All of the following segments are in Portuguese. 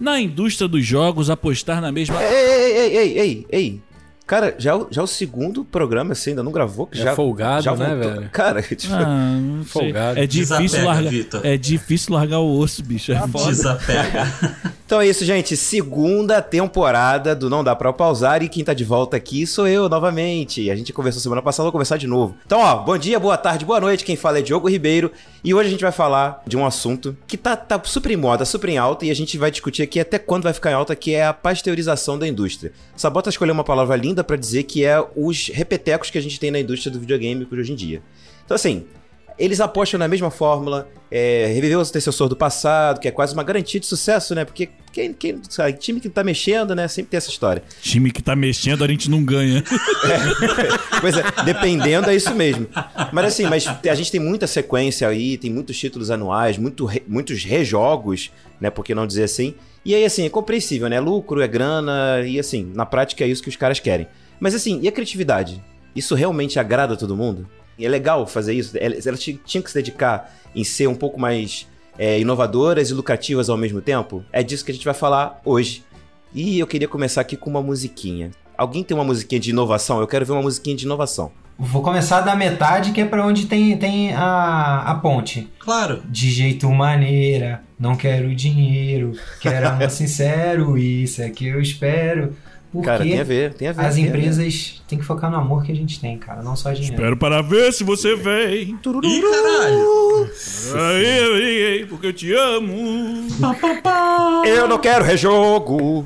na indústria dos jogos apostar na mesma... Ei. Cara, já o segundo programa, você ainda não gravou? Que já folgado, já né, voltou. velho? Cara, tipo... não sei. Folgado. É difícil largar o osso, bicho. É foda. Desapega. Então é isso, gente. Segunda temporada do Não Dá Pra Pausar. E quem tá de volta aqui sou eu, novamente. A gente conversou semana passada, vou conversar de novo. Então, ó, bom dia, boa tarde, boa noite. Quem fala é Diogo Ribeiro. E hoje a gente vai falar de um assunto que tá super em moda, super em alta. E a gente vai discutir aqui até quando vai ficar em alta, que é a pasteurização da indústria. Sabota escolheu uma palavra linda pra dizer que é os repetecos que a gente tem na indústria do videogame hoje em dia. Então, assim... Eles apostam na mesma fórmula, reviver o antecessor do passado, que é quase uma garantia de sucesso, né? Porque time que tá mexendo, né? Sempre tem essa história. Time que tá mexendo, a gente não ganha. Pois é, dependendo é isso mesmo. Mas assim, a gente tem muita sequência aí, tem muitos títulos anuais, muitos rejogos, né? Por que não dizer assim? E aí, assim, é compreensível, né? Lucro, é grana, e assim, na prática é isso que os caras querem. Mas assim, e a criatividade? Isso realmente agrada a todo mundo? É legal fazer isso. Elas tinham que se dedicar em ser um pouco mais inovadoras e lucrativas ao mesmo tempo. É disso que a gente vai falar hoje. E eu queria começar aqui com uma musiquinha. Alguém tem uma musiquinha de inovação? Eu quero ver uma musiquinha de inovação. Vou começar da metade, que é pra onde tem a ponte. Claro. De jeito maneira, não quero dinheiro, quero amor sincero, isso é que eu espero. Porque cara, tem a ver. As empresas têm que focar no amor que a gente tem, cara, não só dinheiro. Espero para ver se você vem. Ih, caralho! Aí, porque eu te amo. Eu não quero rejogo.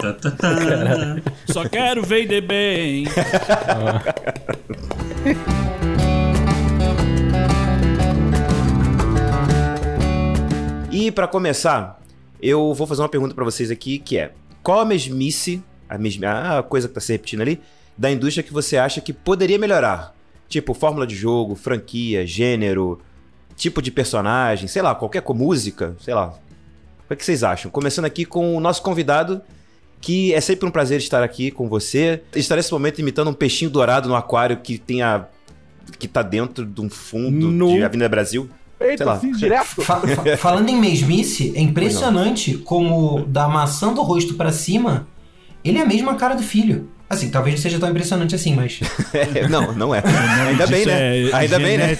Só quero vender bem. E pra começar, eu vou fazer uma pergunta pra vocês aqui, que é: qual a mesmice, a coisa que tá se repetindo ali, da indústria que você acha que poderia melhorar? Tipo, fórmula de jogo, franquia, gênero, tipo de personagem, sei lá, qualquer música, sei lá. O que vocês acham? Começando aqui com o nosso convidado, que é sempre um prazer estar aqui com você. Estar nesse momento imitando um peixinho dourado no aquário que tá dentro de um fundo de Avenida Brasil. Eita, assim, direto. Falando em mesmice, é impressionante como da maçã do rosto pra cima, ele é a mesma cara do filho. Assim, talvez não seja tão impressionante assim, mas... Não é. Ainda bem, né? Ainda bem, né?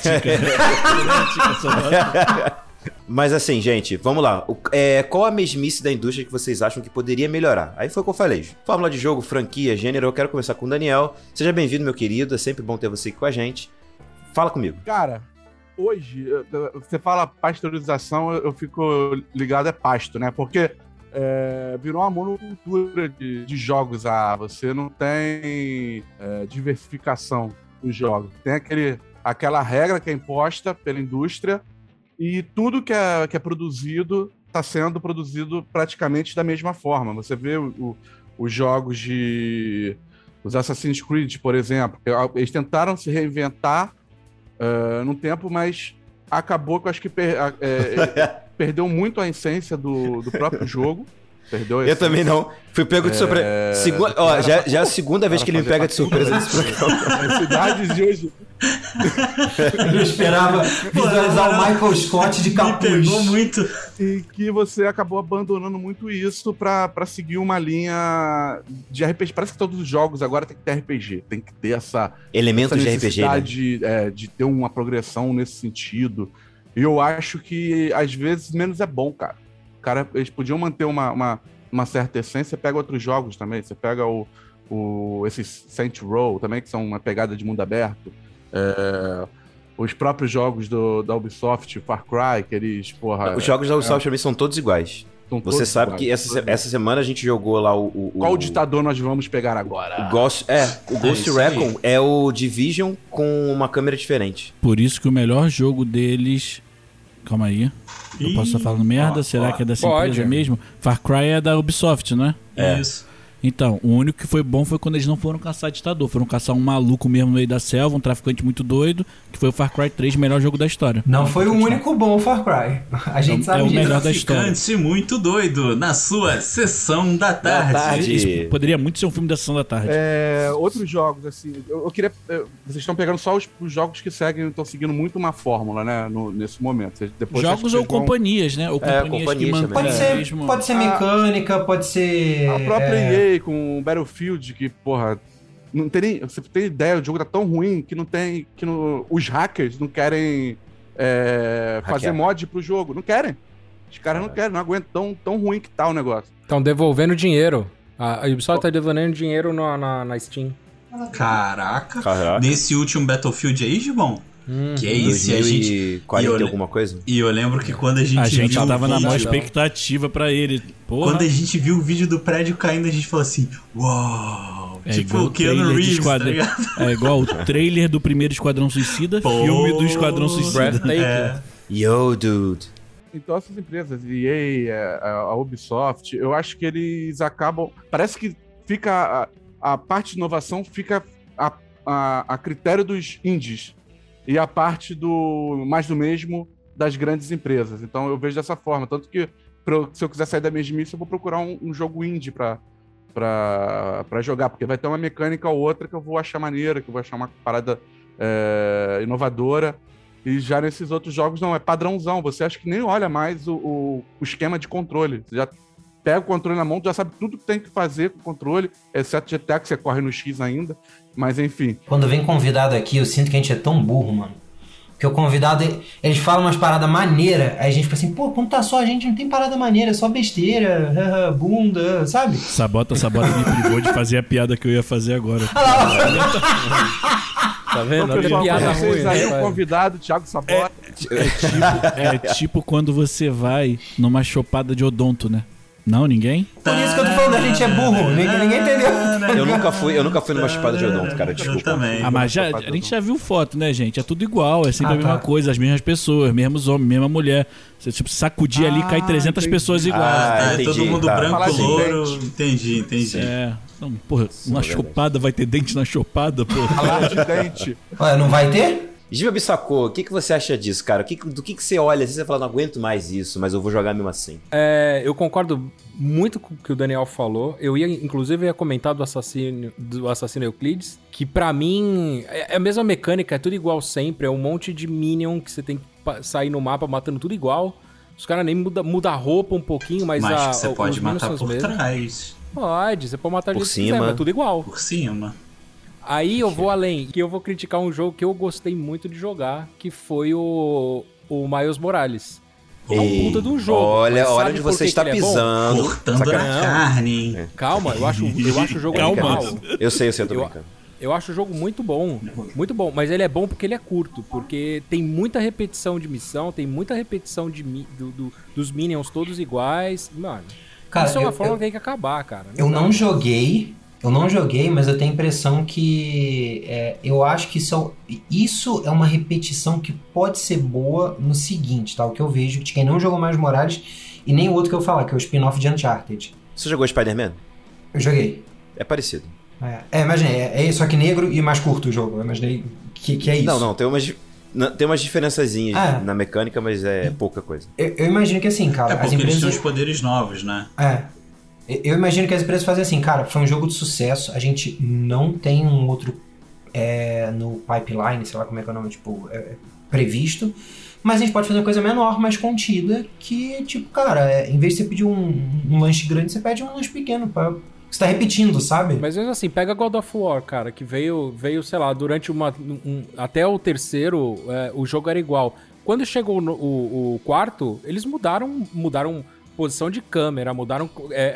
Mas assim, gente, vamos lá. Qual a mesmice da indústria que vocês acham que poderia melhorar? Aí foi o que eu falei. Fórmula de jogo, franquia, gênero. Eu quero começar com o Daniel. Seja bem-vindo, meu querido. É sempre bom ter você aqui com a gente. Fala comigo. Cara, hoje, você fala pasteurização, eu fico ligado pasto, né? Porque virou uma monocultura de jogos. Você não tem diversificação dos jogos. Tem aquela regra que é imposta pela indústria e tudo que é produzido está sendo produzido praticamente da mesma forma. Você vê os jogos os Assassin's Creed, por exemplo, eles tentaram se reinventar no tempo, mas acabou que eu acho que perdeu muito a essência do próprio jogo. Eu também não. Fui pego de surpresa. Já é a segunda vez que ele me pega de surpresa nesse programa. As cidades de hoje. Eu esperava visualizar o Michael Scott de capuz. Me pegou muito. E que você acabou abandonando muito isso pra seguir uma linha de RPG. Parece que todos os jogos agora tem que ter RPG. Tem que ter elementos de RPG, né? De ter uma progressão nesse sentido. E eu acho que, às vezes, menos é bom, cara. Eles podiam manter uma certa essência. Pega outros jogos também. Você pega esses Saints Row também, que são uma pegada de mundo aberto. Os próprios jogos da Ubisoft, Far Cry, que eles, porra... Os jogos da Ubisoft pra mim são todos iguais. Você sabe iguais. Que essa semana a gente jogou lá Qual ditador nós vamos pegar agora? O Ghost Recon é o Division com uma câmera diferente. Por isso que o melhor jogo deles... Calma aí. Eu posso estar falando merda? Será que é dessa empresa mesmo? Far Cry é da Ubisoft, não é? Isso. Então, o único que foi bom foi quando eles não foram caçar ditador. Foram caçar um maluco mesmo no meio da selva, um traficante muito doido, que foi o Far Cry 3, melhor jogo da história. Não foi o único bom Far Cry. A gente sabe o disso. melhor da história. Traficante muito doido, na sua sessão da tarde. Isso poderia muito ser um filme da sessão da tarde. Outros jogos, assim, eu queria... Vocês estão pegando só os jogos que estão seguindo muito uma fórmula, né, nesse momento. Depois jogos ou companhias, né? Ou companhias que mantêm pode ser mecânica, pode ser... A própria EA com Battlefield, que, porra... Não tem nem, você tem ideia, o jogo tá tão ruim que não tem... os hackers não querem fazer mod pro jogo. Não querem. Os caras não querem, não aguentam tão ruim que tá o negócio. Estão devolvendo dinheiro. A Ubisoft tá devolvendo dinheiro na Steam. Caraca. Nesse último Battlefield aí, Gibão? Que é isso, 2040 alguma coisa? E eu lembro que quando a gente viu tava na maior expectativa pra ele. Porra. Quando a gente viu o vídeo do prédio caindo, a gente falou assim, uau! Tipo o Keanu Reeves, tá ligado? É igual o trailer do primeiro Esquadrão Suicida, filme do Esquadrão Suicida. Yo, dude. Então essas empresas, EA, a Ubisoft, eu acho que eles acabam... Parece que fica... A parte de inovação fica a critério dos indies. E a parte do mais do mesmo das grandes empresas. Então eu vejo dessa forma. Tanto que se eu quiser sair da mesmice, eu vou procurar um jogo indie pra jogar. Porque vai ter uma mecânica ou outra que eu vou achar maneira, que eu vou achar uma parada inovadora. E já nesses outros jogos, não, é padrãozão. Você acha que nem olha mais o esquema de controle. Você já pega o controle na mão, já sabe tudo que tem que fazer com o controle, exceto GTA, que você corre no X ainda. Mas enfim. Quando vem convidado aqui, eu sinto que a gente é tão burro, mano. Porque o convidado, eles falam umas paradas maneiras, aí a gente fica assim, pô, quando tá só a gente não tem parada maneira, é só besteira, bunda, sabe? Sabota me privou de fazer a piada que eu ia fazer agora. Tá vendo? Então, pessoal, piada ruim, aí né? O convidado, Thiago Sabota. É tipo quando você vai numa chopada de odonto, né? Não, ninguém? Por isso que eu tô falando, a gente é burro. Ninguém entendeu. Eu nunca fui numa chupada de odonto, cara, desculpa. Eu também. Mas a gente já viu foto, né, gente? É tudo igual, é sempre a mesma coisa, as mesmas pessoas, mesmos homens, mesma mulher. Você, tipo, sacudir ali, cai 300 pessoas iguais. Entendi, todo mundo branco, louro. Entendi. Então, porra, uma chopada, vai ter dente na chopada, porra. Falar de dente. Olha, não vai ter? Giba Bissacô, o que você acha disso, cara? Do que você olha? Às vezes você fala, não aguento mais isso, mas eu vou jogar mesmo assim. Eu concordo muito com o que o Daniel falou. Eu inclusive, ia comentar do Assassino Euclides, que pra mim é a mesma mecânica, é tudo igual sempre. É um monte de minion que você tem que sair no mapa matando tudo igual. Os caras nem mudam a roupa um pouquinho, mas você pode matar por trás. Pode, você pode matar por cima, mas tudo igual. Por cima. Aí eu vou além, que eu vou criticar um jogo que eu gostei muito de jogar, que foi o Miles Morales. É um puta de um jogo. Olha onde você está pisando. Cortando na carne. Calma, eu acho o jogo legal. Eu sei, eu tô brincando. Eu acho o jogo muito bom, mas ele é bom porque ele é curto, porque tem muita repetição de missão, tem muita repetição dos minions todos iguais. Mano, cara, isso é uma forma que tem que acabar, cara. Eu não joguei, mas eu tenho a impressão que eu acho que isso é uma repetição que pode ser boa no seguinte, tá? O que eu vejo de quem não jogou Miles Morales e nem o outro que eu falar, que é o spin-off de Uncharted. Você jogou Spider-Man? Eu joguei. É parecido. Imaginei, só que negro e mais curto o jogo. Eu imaginei que é isso. Não, tem umas diferençazinhas na mecânica, mas é pouca coisa. Eu imagino que assim, cara... porque eles têm os poderes novos, né? Eu imagino que as empresas fazem assim, cara, foi um jogo de sucesso, a gente não tem um outro no pipeline, sei lá como é que é o nome, tipo, previsto, mas a gente pode fazer uma coisa menor, mais contida, que, tipo, cara, em vez de você pedir um lanche grande, você pede um lanche pequeno, você tá repetindo, sabe? Mas mesmo assim, pega God of War, cara, que veio sei lá, durante até o terceiro, o jogo era igual. Quando chegou o quarto, eles mudaram posição de câmera, mudaram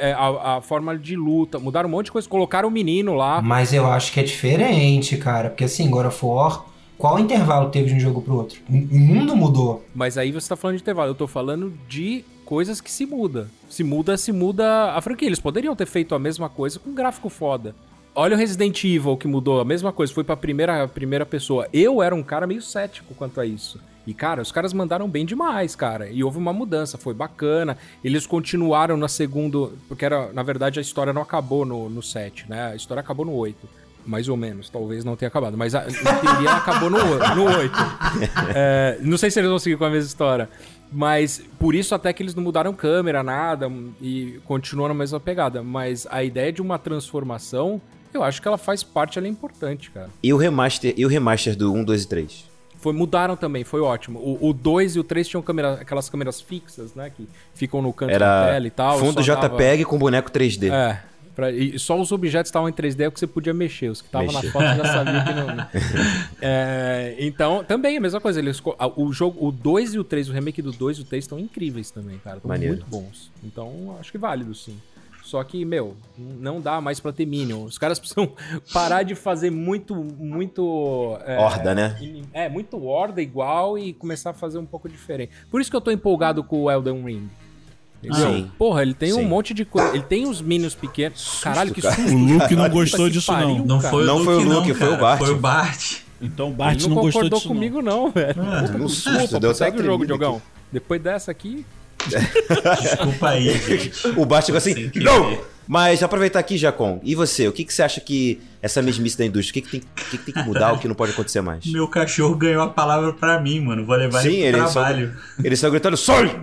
a forma de luta, mudaram um monte de coisa, colocaram o menino lá. Mas eu acho que é diferente, cara, porque assim, God of War, qual intervalo teve de um jogo pro outro? O mundo mudou. Mas aí você tá falando de intervalo, eu tô falando de coisas que se muda. Se muda a franquia. Eles poderiam ter feito a mesma coisa com um gráfico foda. Olha o Resident Evil que mudou, a mesma coisa, foi pra primeira pessoa. Eu era um cara meio cético quanto a isso. E, cara, os caras mandaram bem demais, cara. E houve uma mudança, foi bacana. Eles continuaram na segunda... Porque, na verdade, a história não acabou no 7, né? A história acabou no 8. Mais ou menos, talvez não tenha acabado. Mas, em teoria, ela acabou no 8. Não sei se eles vão seguir com a mesma história. Mas, por isso, até que eles não mudaram câmera, nada. E continuam na mesma pegada. Mas a ideia de uma transformação, eu acho que ela faz parte, ela é importante, cara. E o remaster do 1, 2 e 3? Mudaram também, foi ótimo. O 2 e o 3 tinham aquelas câmeras fixas, né? Que ficam no canto da tela e tal. Fundo JPEG com boneco 3D. E só os objetos estavam em 3D que você podia mexer. Os que estavam na foto já sabiam que não. Então, também a mesma coisa. O 2 e o 3, o remake do 2 e o 3 estão incríveis também, cara. Estão muito bons. Então, acho que válido, sim. Só que, não dá mais pra ter Minion. Os caras precisam parar de fazer muito... horda, né? Muito horda igual e começar a fazer um pouco diferente. Por isso que eu tô empolgado com o Elden Ring. Sim. Porra, ele tem um monte de coisa. Ele tem os minions pequenos. Caralho, que susto. O Luke não gostou disso, não. Não foi o Luke, foi o Bart. Foi o Bart. Então o Bart não gostou disso, comigo, não, velho. Desculpa, segue o jogo, Diogão. Depois dessa aqui... Desculpa aí, gente. O Bart chegou assim, não! Mas aproveitar aqui, Jacon, e você? O que você acha que essa mesmice da indústria, o que tem que mudar, o que não pode acontecer mais? Meu cachorro ganhou a palavra pra mim, mano. Vou levar ele pro trabalho. Eles estão gritando, sai!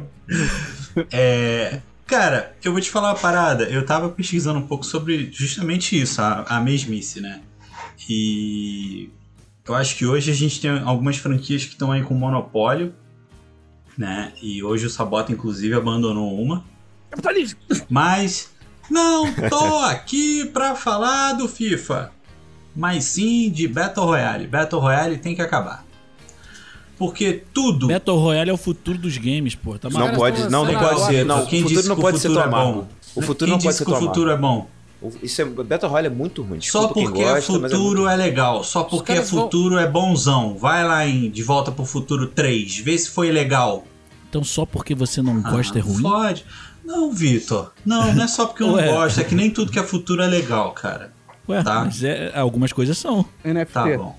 Cara, eu vou te falar uma parada. Eu tava pesquisando um pouco sobre justamente isso, a mesmice, né? E eu acho que hoje a gente tem algumas franquias que estão aí com monopólio, né? E hoje o Sabota, inclusive, abandonou uma. Mas não tô aqui pra falar do FIFA, mas sim de Battle Royale. Battle Royale tem que acabar. Porque tudo... Battle Royale é o futuro dos games, pô. Tá não pode ser. Não, o futuro não pode ser tão amargo. O futuro não pode ser tão amargo. O futuro é bom. Battle Royale é muito ruim. Só porque é futuro é legal. Só porque é futuro é bonzão. Vai lá em De Volta pro Futuro 3. Vê se foi legal. Então só porque você não gosta é ruim? Pode. Não, Vitor. Não é só porque eu não gosto. É que nem tudo que é futuro é legal, cara. Ué, tá? Mas algumas coisas são. NFT. Tá bom.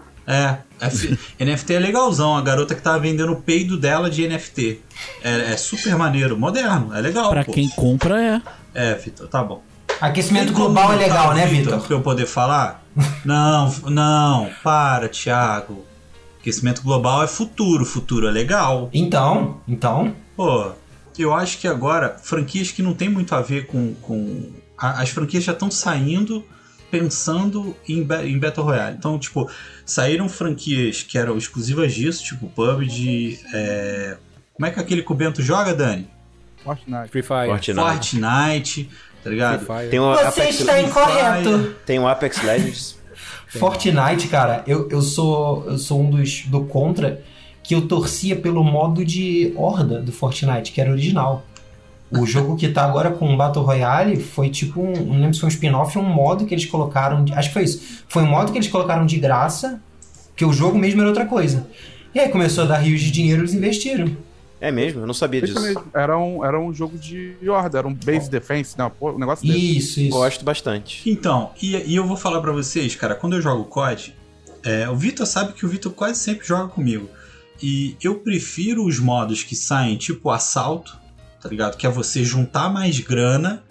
NFT é legalzão. A garota que tava vendendo o peido dela de NFT. É super maneiro. Moderno. É legal, pra quem compra, Vitor. Tá bom. Aquecimento global é legal, né, Vitor? Pra eu poder falar? Não. Para, Thiago. Aquecimento global é futuro. Futuro é legal. Então. Pô, eu acho que agora, franquias que não tem muito a ver com... As franquias já estão saindo pensando em Battle Royale. Então, tipo, saíram franquias que eram exclusivas disso, tipo PUBG, como é que aquele que o Bento joga, Dani? Fortnite. Free Fire. Fortnite, tá ligado? Tem Você está incorreto. Tem o Apex Legends. Fortnite, cara, eu sou um do contra, que eu torcia pelo modo de horda do Fortnite, que era original. O jogo que tá agora com o Battle Royale foi tipo não lembro se foi um spin-off ou um modo que eles colocaram, acho que foi isso. Foi um modo que eles colocaram de graça, que o jogo mesmo era outra coisa. E aí começou a dar rios de dinheiro e eles investiram. É mesmo? Eu não sabia disso. Era um jogo de horda, era um base defense, né? Um negócio desse. Isso. Gosto bastante. Então, e eu vou falar pra vocês, cara, quando eu jogo COD, o Vitor sabe que o Vitor quase sempre joga comigo. E eu prefiro os modos que saem tipo assalto, tá ligado? Que é você juntar mais grana,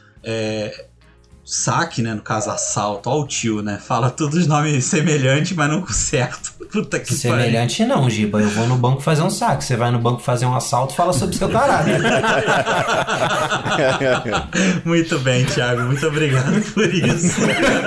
saque, né? No caso, assalto, ó o tio, né? Fala todos os nomes semelhantes, mas não com certo. Puta que semelhante não, Giba. Eu vou no banco fazer um saque. Você vai no banco fazer um assalto, fala sobre seu caralho. Muito bem, Thiago. Muito obrigado por isso.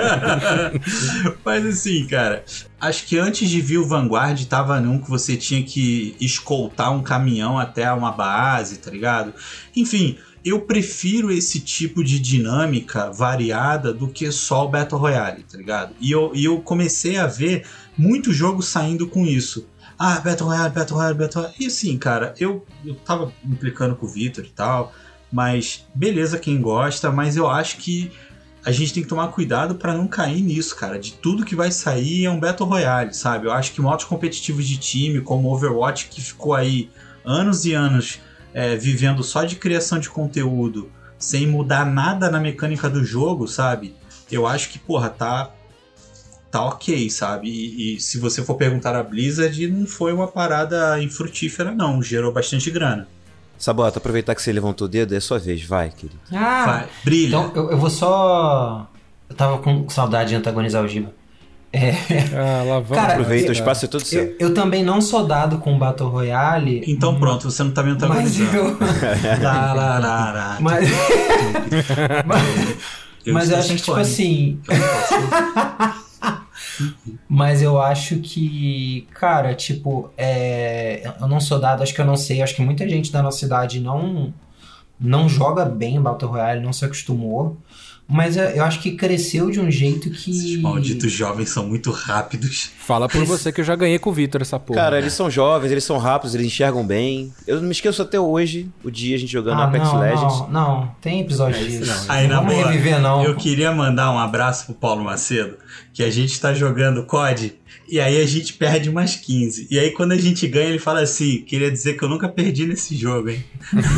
Mas assim, cara, acho que antes de vir o Vanguard, tava num que você tinha que escoltar um caminhão até uma base, tá ligado? Enfim, eu prefiro esse tipo de dinâmica variada do que só o Battle Royale, tá ligado? E eu comecei a ver muitos jogos saindo com isso. Battle Royale. E assim, cara, eu tava implicando com o Vitor e tal, mas beleza quem gosta, mas eu acho que a gente tem que tomar cuidado pra não cair nisso, cara. De tudo que vai sair é um Battle Royale, sabe? Eu acho que modos competitivos de time, como Overwatch, que ficou aí anos e anos vivendo só de criação de conteúdo, sem mudar nada na mecânica do jogo, sabe? Eu acho que, porra, tá tá ok, sabe? E se você for perguntar a Blizzard, não foi uma parada infrutífera, não. Gerou bastante grana. Sabota, aproveitar que você levantou o dedo, é sua vez, vai, querido. Vai, brilha. Então eu vou só... Eu tava com saudade de antagonizar o Giba. Lá vamos. Cara, Aproveita, o espaço é todo seu. Eu também não sou dado com Battle Royale. Então pronto, você não tá me antagonizando. Mas mas eu acho que, tipo assim... Mas eu acho que, cara, tipo, eu não sou dado, acho que eu não sei, acho que muita gente da nossa cidade não joga bem Battle Royale, não se acostumou. Mas eu acho que cresceu de um jeito que... Esses malditos jovens são muito rápidos. Fala por você que eu já ganhei com o Vitor essa porra. Cara, eles são jovens, eles são rápidos, eles enxergam bem. Eu não me esqueço até hoje, o dia a gente jogando Apex Legends. Não, tem episódio disso. Aí, na vamos boa, reviver, não. Eu queria mandar um abraço pro Paulo Macedo, que a gente tá jogando COD, e aí a gente perde umas 15. E aí quando a gente ganha, ele fala assim, queria dizer que eu nunca perdi nesse jogo, hein?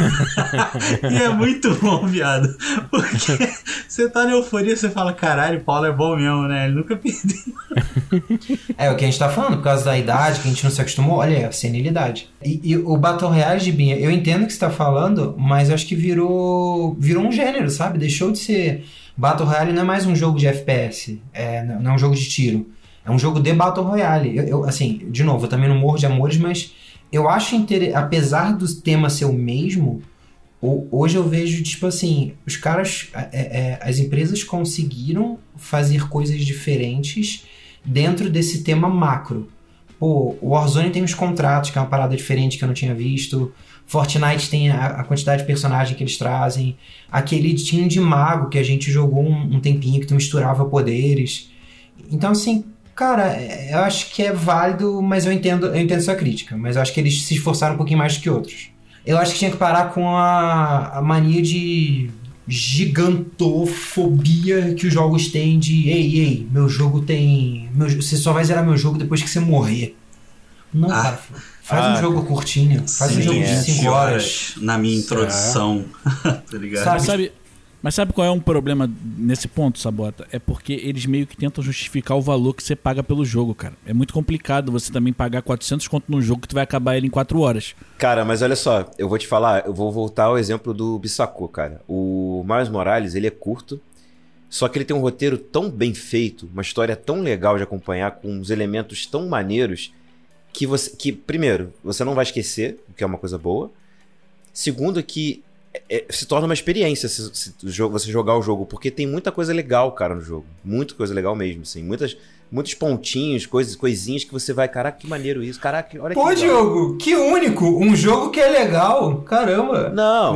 E é muito bom, viado. Porque você tá na euforia, você fala, caralho, o Paulo é bom mesmo, né? Ele nunca perdeu. É o que a gente tá falando, por causa da idade, que a gente não se acostumou, olha, a senilidade. E o Battle Royale de Binha, eu entendo o que você tá falando, mas eu acho que virou um gênero, sabe? Deixou de ser... Battle Royale não é mais um jogo de FPS, não é um jogo de tiro. É um jogo de Battle Royale. Eu, assim, de novo, eu também não morro de amores, mas eu acho apesar do tema ser o mesmo, hoje eu vejo, tipo assim, os caras, as empresas conseguiram fazer coisas diferentes dentro desse tema macro. Pô, o Warzone tem uns contratos, que é uma parada diferente que eu não tinha visto. Fortnite tem a quantidade de personagem que eles trazem. Aquele time de mago que a gente jogou um tempinho, que tu misturava poderes. Então, assim, cara, eu acho que é válido, mas eu entendo sua crítica. Mas eu acho que eles se esforçaram um pouquinho mais do que outros. Eu acho que tinha que parar com a mania de gigantofobia que os jogos têm de ei, meu jogo tem... você só vai zerar meu jogo depois que você morrer. Não, cara. Faz um jogo curtinho. Faz um jogo de 5 horas. Na minha introdução. Tá ligado? Mas sabe qual é um problema nesse ponto, Sabota? É porque eles meio que tentam justificar o valor que você paga pelo jogo, cara. É muito complicado você também pagar 400 conto num jogo que tu vai acabar ele em 4 horas. Cara, mas olha só, eu vou te falar, eu vou voltar ao exemplo do Bissacô, cara. O Miles Morales, ele é curto, só que ele tem um roteiro tão bem feito, uma história tão legal de acompanhar, com uns elementos tão maneiros, que primeiro, você não vai esquecer, o que é uma coisa boa. Segundo, que se torna uma experiência se você jogar o jogo, porque tem muita coisa legal, cara, no jogo. Muita coisa legal mesmo, assim. Muitos pontinhos, coisinhas que você vai... Caraca, que maneiro isso. Caraca, olha que legal. Pô, Diogo, que único. Um jogo que é legal. Caramba. Não.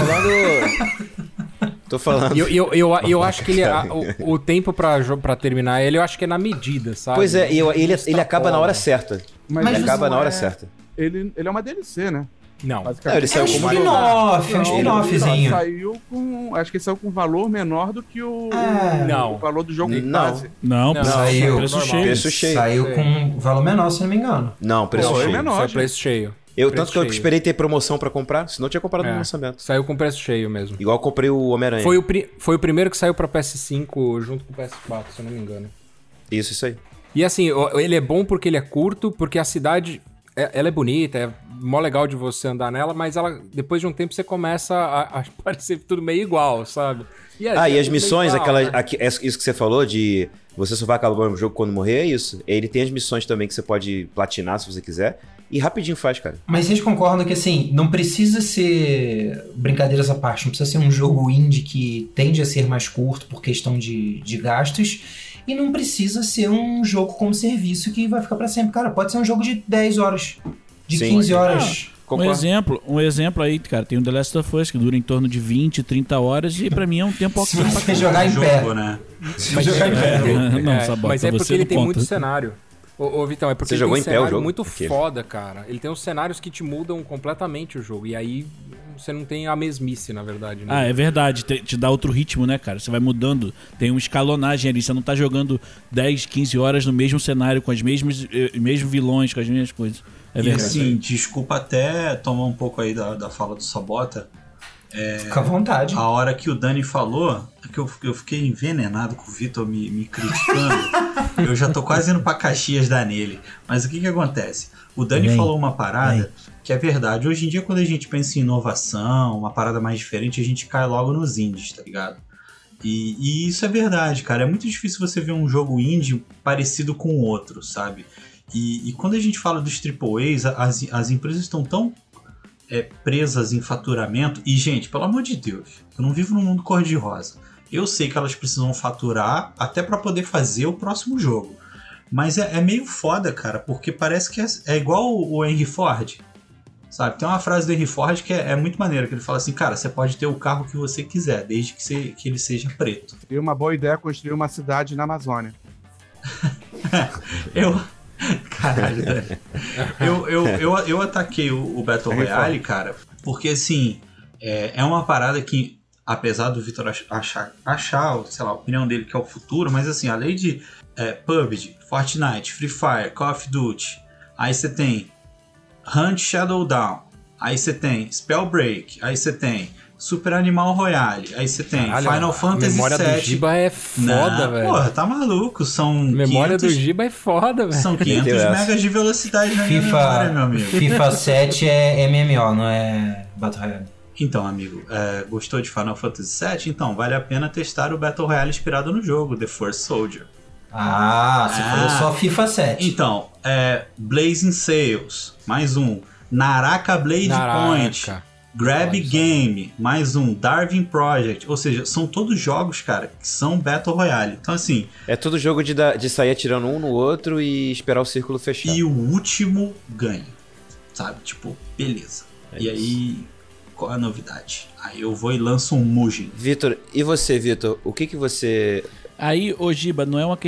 Tô falando... Eu acho que o tempo pra terminar ele, eu acho que é na medida, sabe? Pois é, ele acaba na hora certa. Mas ele acaba na hora certa. Ele é uma DLC, né? Não. Ele saiu como spin-off, é um spin-offzinho. Acho que ele saiu com valor menor do que o valor do jogo base. Não, saiu preço cheio. Saiu com valor menor, se não me engano. Não, preço cheio. Saiu preço cheio. Tanto que eu esperei ter promoção pra comprar, senão eu tinha comprado no lançamento. Saiu com preço cheio mesmo. Igual eu comprei o Homem-Aranha. Foi o primeiro que saiu pra PS5 junto com o PS4, se eu não me engano. Isso aí. E assim, ele é bom porque ele é curto, porque a cidade... Ela é bonita, é mó legal de você andar nela, mas ela, depois de um tempo você começa a parecer tudo meio igual, sabe? E as missões, isso que você falou de você só vai acabar o jogo quando morrer, é isso. Ele tem as missões também que você pode platinar se você quiser, e rapidinho faz, cara. Mas vocês concordam que, assim, não precisa ser, brincadeiras à parte, não precisa ser um jogo indie que tende a ser mais curto por questão de gastos, e não precisa ser um jogo como serviço que vai ficar pra sempre. Cara, pode ser um jogo de 10 horas, de 15 horas. Um exemplo aí, cara, tem o The Last of Us que dura em torno de 20, 30 horas e pra mim é um tempo ok pra você jogar em pé. Né? Mas é porque ele tem muito cenário. Ô Vitão, é porque você jogou em pé o jogo? Muito foda, cara. Ele tem uns cenários que te mudam completamente o jogo. E aí você não tem a mesmice, na verdade. Né? É verdade. Te dá outro ritmo, né, cara? Você vai mudando. Tem uma escalonagem ali. Você não tá jogando 10, 15 horas no mesmo cenário, com os mesmos vilões, com as mesmas coisas. É verdade. E assim, desculpa até tomar um pouco aí da fala do Sabota. Fica à vontade. A hora que o Dani falou, que eu fiquei envenenado com o Vitor me criticando. Eu já tô quase indo pra Caxias dar nele. Mas o que acontece? O Dani falou uma parada que é verdade. Hoje em dia, quando a gente pensa em inovação, uma parada mais diferente, a gente cai logo nos indies, tá ligado? E isso é verdade, cara. É muito difícil você ver um jogo indie parecido com o outro, sabe? E quando a gente fala dos AAAs, as empresas estão tão presas em faturamento. E, gente, pelo amor de Deus, eu não vivo num mundo cor-de-rosa. Eu sei que elas precisam faturar até pra poder fazer o próximo jogo. Mas é meio foda, cara, porque parece que é igual o Henry Ford, sabe? Tem uma frase do Henry Ford que é muito maneira, que ele fala assim, cara, você pode ter o carro que você quiser, desde que ele seja preto. Seria uma boa ideia construir uma cidade na Amazônia. Caralho, eu ataquei o Battle Royale, cara, porque assim, é uma parada que, apesar do Vitor achar, sei lá, a opinião dele que é o futuro, mas assim, além de PUBG, Fortnite, Free Fire, Call of Duty, aí você tem Hunt Shadow Down, aí você tem Spellbreak, aí você tem Super Animal Royale, aí você tem Final Fantasy VII. Memória do Giba é foda, velho. Porra, tá maluco, são memória do Giba é foda, velho. São 500 megas de velocidade na minha memória, meu amigo. FIFA 7 é MMO, não é Battle Royale. Então, amigo, gostou de Final Fantasy VII? Então, vale a pena testar o Battle Royale inspirado no jogo, The First Soldier. Você falou só FIFA 7. Então, Blazing Sails, mais um. Naraka Blade Point, Grab Game, mais um. Darwin Project, ou seja, são todos jogos, cara, que são Battle Royale. Então, assim... É tudo jogo de sair atirando um no outro e esperar o círculo fechar. E o último ganha, sabe? Tipo, beleza. E aí, qual é a novidade? Aí eu vou e lanço um Mugen. Vitor, e você, Vitor? O que você... Aí, Giba, não é uma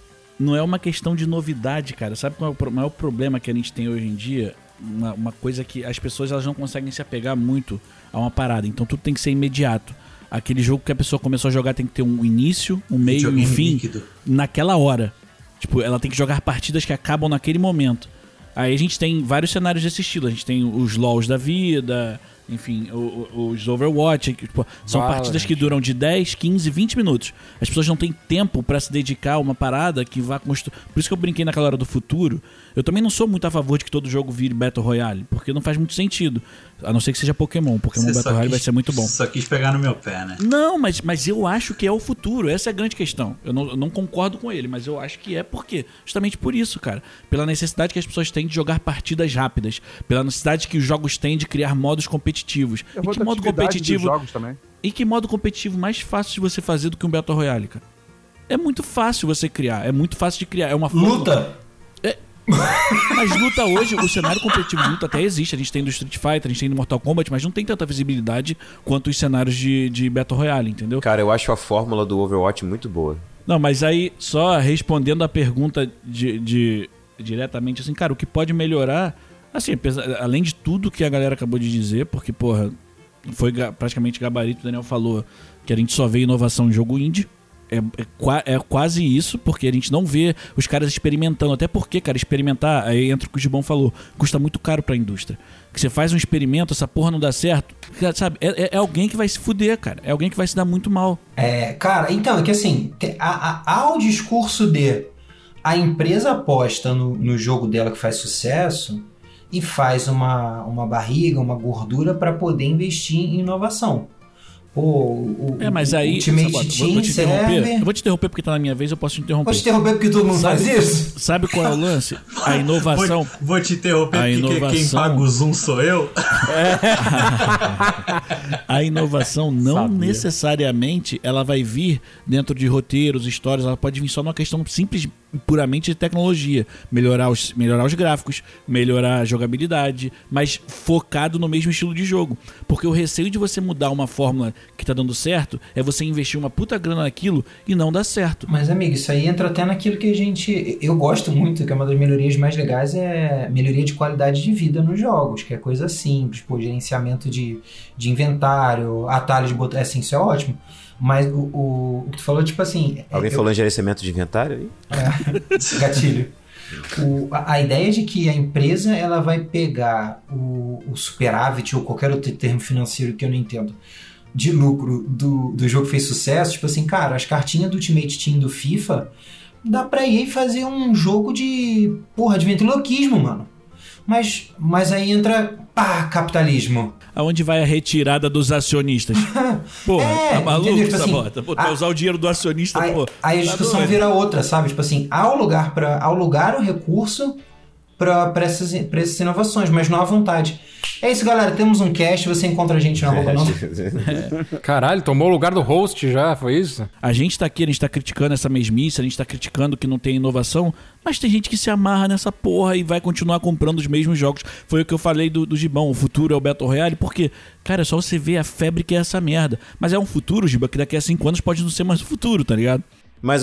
questão de novidade, cara. Sabe qual é o maior problema que a gente tem hoje em dia? Uma coisa que as pessoas elas não conseguem se apegar muito a uma parada. Então tudo tem que ser imediato. Aquele jogo que a pessoa começou a jogar tem que ter um início, um meio e um fim líquido. Naquela hora. Tipo, ela tem que jogar partidas que acabam naquele momento. Aí a gente tem vários cenários desse estilo. A gente tem os LoLs da vida... Enfim, os Overwatch, tipo, são partidas que duram de 10, 15, 20 minutos. As pessoas não têm tempo pra se dedicar a uma parada que vá construir. Por isso que eu brinquei naquela hora do futuro. Eu também não sou muito a favor de que todo jogo vire Battle Royale, porque não faz muito sentido. A não ser que seja Pokémon. Pokémon Battle Royale vai ser muito bom. Só quis pegar no meu pé, né? Não, mas eu acho que é o futuro. Essa é a grande questão. Eu não concordo com ele, mas eu acho que é porque justamente por isso, cara. Pela necessidade que as pessoas têm de jogar partidas rápidas. Pela necessidade que os jogos têm de criar modos competitivos. E que modo competitivo? Jogos também. E que modo competitivo mais fácil de você fazer do que um Battle Royale, cara? É muito fácil você criar. É muito fácil de criar. É uma luta! Mas luta hoje, o cenário competitivo de luta até existe. A gente tem do Street Fighter, a gente tem do Mortal Kombat, mas não tem tanta visibilidade quanto os cenários de Battle Royale, entendeu? Cara, eu acho a fórmula do Overwatch muito boa. Não, mas aí, só respondendo a pergunta diretamente, assim, cara, o que pode melhorar, assim, além de tudo que a galera acabou de dizer, porque, porra, foi praticamente gabarito, o Daniel falou que a gente só vê inovação em jogo indie. É quase isso, porque a gente não vê os caras experimentando. Até porque, cara, experimentar, aí entra o que o Gibão falou, custa muito caro pra indústria. Que você faz um experimento, essa porra não dá certo, sabe? É alguém que vai se fuder, cara. É alguém que vai se dar muito mal. Cara, então, é que assim, há o discurso de a empresa aposta no jogo dela que faz sucesso e faz uma barriga, uma gordura pra poder investir em inovação. Mas aí, Ultimate Team serve... Eu vou te interromper porque tá na minha vez, eu posso te interromper. Vou te interromper porque todo mundo faz isso? Sabe qual é o lance? A inovação... Vou te interromper porque quem paga o Zoom sou eu. A inovação não necessariamente ela vai vir dentro de roteiros, histórias, ela pode vir só numa questão simples, puramente de tecnologia. Melhorar os gráficos, melhorar a jogabilidade, mas focado no mesmo estilo de jogo. Porque o receio de você mudar uma fórmula que tá dando certo é você investir uma puta grana naquilo e não dar certo. Mas, amigo, isso aí entra até naquilo que eu gosto muito, que é uma das melhorias mais legais, é melhoria de qualidade de vida nos jogos, que é coisa simples, gerenciamento de inventário, atalhos de botão, assim, isso é ótimo. Mas o que tu falou, tipo assim... Alguém falou em gerenciamento de inventário aí? Gatilho. A ideia de que a empresa ela vai pegar o superávit ou qualquer outro termo financeiro que eu não entendo de lucro do jogo que fez sucesso, tipo assim, cara, as cartinhas do Ultimate Team do FIFA, dá pra ir fazer um jogo de ventriloquismo, mano. Mas aí entra, capitalismo. Aonde vai a retirada dos acionistas? Porra, tá maluco, tipo assim, Sabota? Pô, vai usar o dinheiro do acionista, pô. Aí a discussão vira outra, sabe? Tipo assim, há lugar o recurso pra essas inovações, mas não há vontade. É isso, galera. Temos um cast, você encontra a gente na roupa nova. Caralho, tomou o lugar do host já, foi isso? A gente tá aqui, a gente tá criticando essa mesmice, a gente tá criticando que não tem inovação, mas tem gente que se amarra nessa porra e vai continuar comprando os mesmos jogos. Foi o que eu falei do Gibão, o futuro é o Battle Royale, porque, cara, é só você ver a febre que é essa merda. Mas é um futuro, Giba, que daqui a 5 anos pode não ser mais o futuro, tá ligado? Mas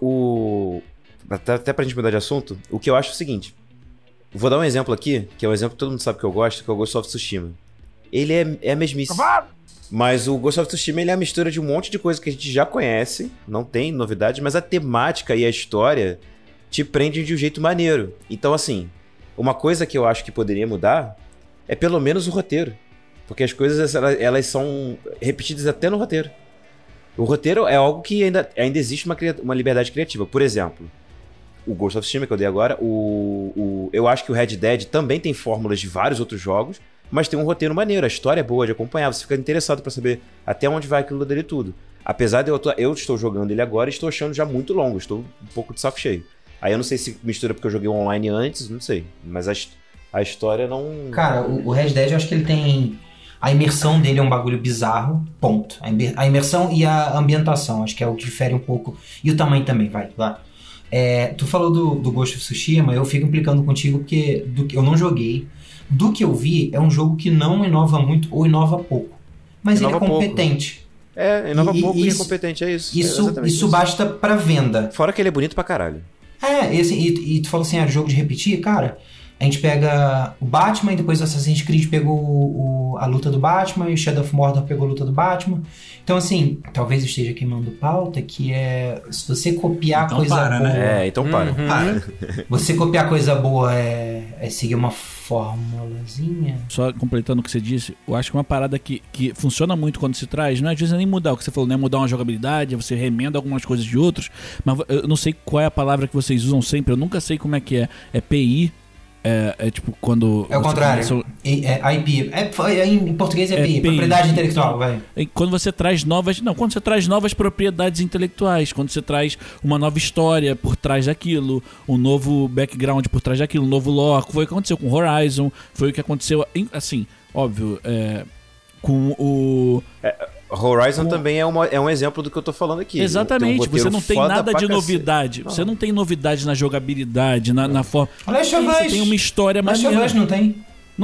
até pra gente mudar de assunto, o que eu acho é o seguinte. Vou dar um exemplo aqui, que é um exemplo que todo mundo sabe que eu gosto, que é o Ghost of Tsushima. Ele é a mesmice. Mas o Ghost of Tsushima ele é a mistura de um monte de coisa que a gente já conhece, não tem novidade, mas a temática e a história te prendem de um jeito maneiro. Então, assim, uma coisa que eu acho que poderia mudar é pelo menos o roteiro. Porque as coisas, elas são repetidas até no roteiro. O roteiro é algo que ainda existe uma liberdade criativa. Por exemplo, o Ghost of Tsushima que eu dei agora, eu acho que o Red Dead também tem fórmulas de vários outros jogos, mas tem um roteiro maneiro, a história é boa de acompanhar, você fica interessado pra saber até onde vai aquilo dele tudo. Apesar de eu estou jogando ele agora e estou achando já muito longo, estou um pouco de saco cheio. Aí eu não sei se mistura porque eu joguei online antes, não sei, mas a história não... Cara, o Red Dead eu acho que ele tem... A imersão dele é um bagulho bizarro, ponto. A imersão e a ambientação, acho que é o que difere um pouco. E o tamanho também, vai lá. Tu falou do Ghost of Tsushima, eu fico implicando contigo porque eu não joguei. Do que eu vi, é um jogo que não inova muito ou inova pouco. Mas inova ele é competente. Pouco. Inova pouco e é competente, é isso. Isso basta pra venda. Fora que ele é bonito pra caralho. E tu falou assim, jogo de repetir, cara... A gente pega o Batman e depois o Assassin's Creed pegou a luta do Batman e o Shadow of Mordor pegou a luta do Batman. Então, assim, talvez eu esteja queimando pauta, que é... Se você copiar então coisa para, boa... Né? Então para. Você copiar coisa boa é seguir uma formulazinha. Só completando o que você disse, eu acho que uma parada que funciona muito quando se traz, não é às vezes nem mudar o que você falou, não é mudar uma jogabilidade, você remenda algumas coisas de outros, mas eu não sei qual é a palavra que vocês usam sempre, eu nunca sei como é que é. É PI... É tipo quando... É o contrário. IP. Em português é PI. Propriedade intelectual, vai. Quando você traz novas propriedades intelectuais, quando você traz uma nova história por trás daquilo, um novo background por trás daquilo, um novo lore. Foi o que aconteceu com Horizon, foi o que aconteceu, assim, óbvio, com o... Horizon também é um exemplo do que eu tô falando aqui. Exatamente, você não tem nada de novidade. Não. Você não tem novidade na jogabilidade, na forma. Você tem uma história maneira. Não tem.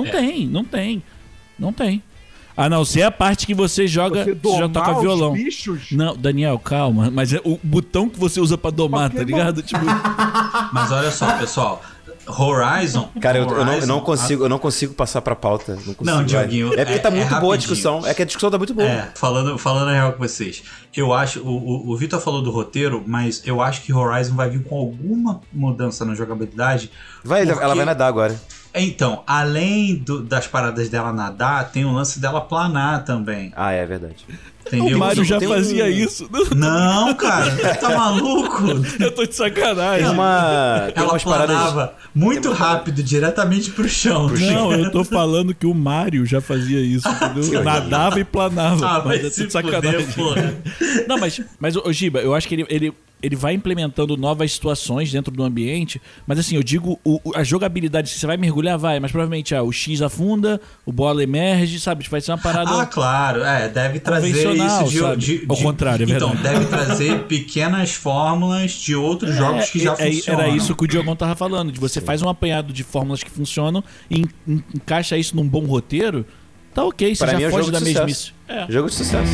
Não tem. A não ser a parte que você joga, você já toca violão. Bichos? Não, Daniel, calma. Mas é o botão que você usa pra domar, tá ligado? Tipo... Mas olha só, pessoal. Horizon... Cara, eu não consigo passar pra pauta. Não, Dioguinho... É porque tá muito boa a discussão. É que a discussão tá muito boa. Falando a real com vocês. Eu acho... O Vitor falou do roteiro, mas eu acho que Horizon vai vir com alguma mudança na jogabilidade. Ela vai nadar agora. Então, além das paradas dela nadar, tem o lance dela planar também. Ah, é verdade. Entendeu? O Mario já fazia isso. Não, cara, tá maluco? Eu tô de sacanagem. Ela planava muito rápido, diretamente pro chão. Não, eu tô falando que o Mario já fazia isso, entendeu? Nadava e planava. Mas eu tô de sacanagem. Não, mas o Giba, eu acho que ele vai implementando novas situações dentro do ambiente, mas assim, eu digo, a jogabilidade, se você vai mergulhar, vai, mas provavelmente o X afunda, o bola emerge, sabe? Vai ser uma parada... claro, deve trazer isso ao contrário, é verdade. Então, deve trazer pequenas fórmulas de outros jogos que já funcionam. Era isso que o Diogão tava falando, de você faz um apanhado de fórmulas que funcionam e encaixa isso num bom roteiro, tá ok, você já foge da mesmice. Jogo de sucesso.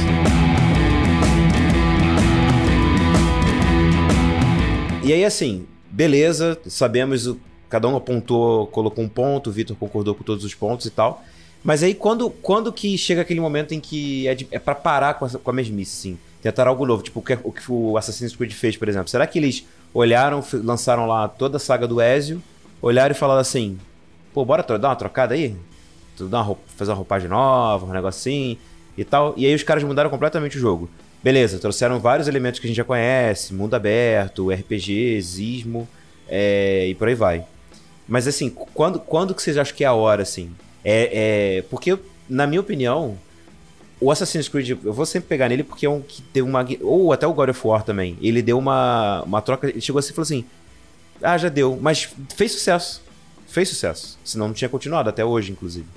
E aí, assim, beleza, sabemos, cada um apontou, colocou um ponto, o Vitor concordou com todos os pontos e tal. Mas aí, quando que chega aquele momento em que é pra parar com a mesmice, assim? tentaram algo novo, tipo o que o Assassin's Creed fez, por exemplo. Será que eles olharam, lançaram lá toda a saga do Ezio, olharam e falaram assim, pô, bora dar uma trocada aí? Fazer uma roupagem nova, um negócio assim e tal. E aí os caras mudaram completamente o jogo. Beleza, trouxeram vários elementos que a gente já conhece, mundo aberto, RPG, Zismo, e por aí vai. Mas assim, quando que vocês acham que é a hora, assim? Porque, na minha opinião, o Assassin's Creed, eu vou sempre pegar nele porque é um que deu uma... Ou até o God of War também. Ele deu uma troca, ele chegou assim e falou assim, já deu, mas fez sucesso. Fez sucesso, senão não tinha continuado, até hoje, inclusive.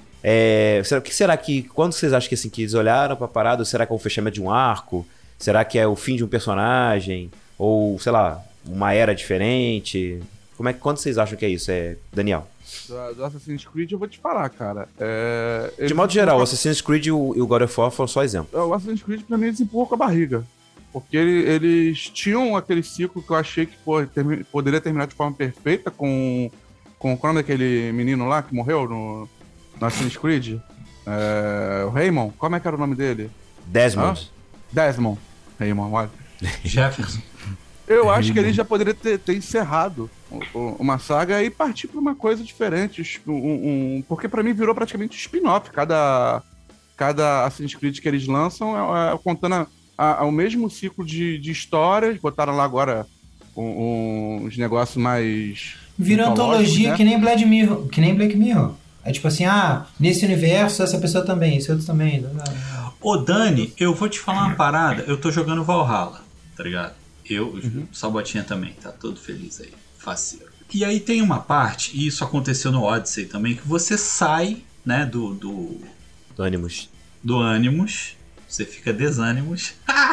Quando vocês acham que, assim, que eles olharam pra parada, será que é o fechamento de um arco? Será que é o fim de um personagem? Ou, sei lá, uma era diferente? Quando vocês acham que é isso, Daniel? Do Assassin's Creed eu vou te falar, cara. De modo geral, o Assassin's Creed e o God of War foram só exemplos. O Assassin's Creed pra mim eles empurram com a barriga. Porque eles tinham aquele ciclo que eu achei que poderia terminar de forma perfeita com o nome daquele menino lá que morreu no Assassin's Creed. O Raymond, como é que era o nome dele? Desmond. Desmond. Raymond, olha. Jefferson. Eu acho que ele já poderia ter encerrado uma saga e partir para uma coisa diferente. Porque para mim virou praticamente um spin-off. Cada Assassin's Creed que eles lançam contando o mesmo ciclo de histórias. Botaram lá agora uns negócios mais... Virou antologia, né? que nem Black Mirror. É tipo assim, nesse universo essa pessoa também, esse outro também. Ô Dani, eu vou te falar uma parada. Eu tô jogando Valhalla, tá ligado? Sabotinha também, tá todo feliz aí, faceiro. E aí tem uma parte, e isso aconteceu no Odyssey também, que você sai, né, do Animus. Do Animus, você fica desânimos.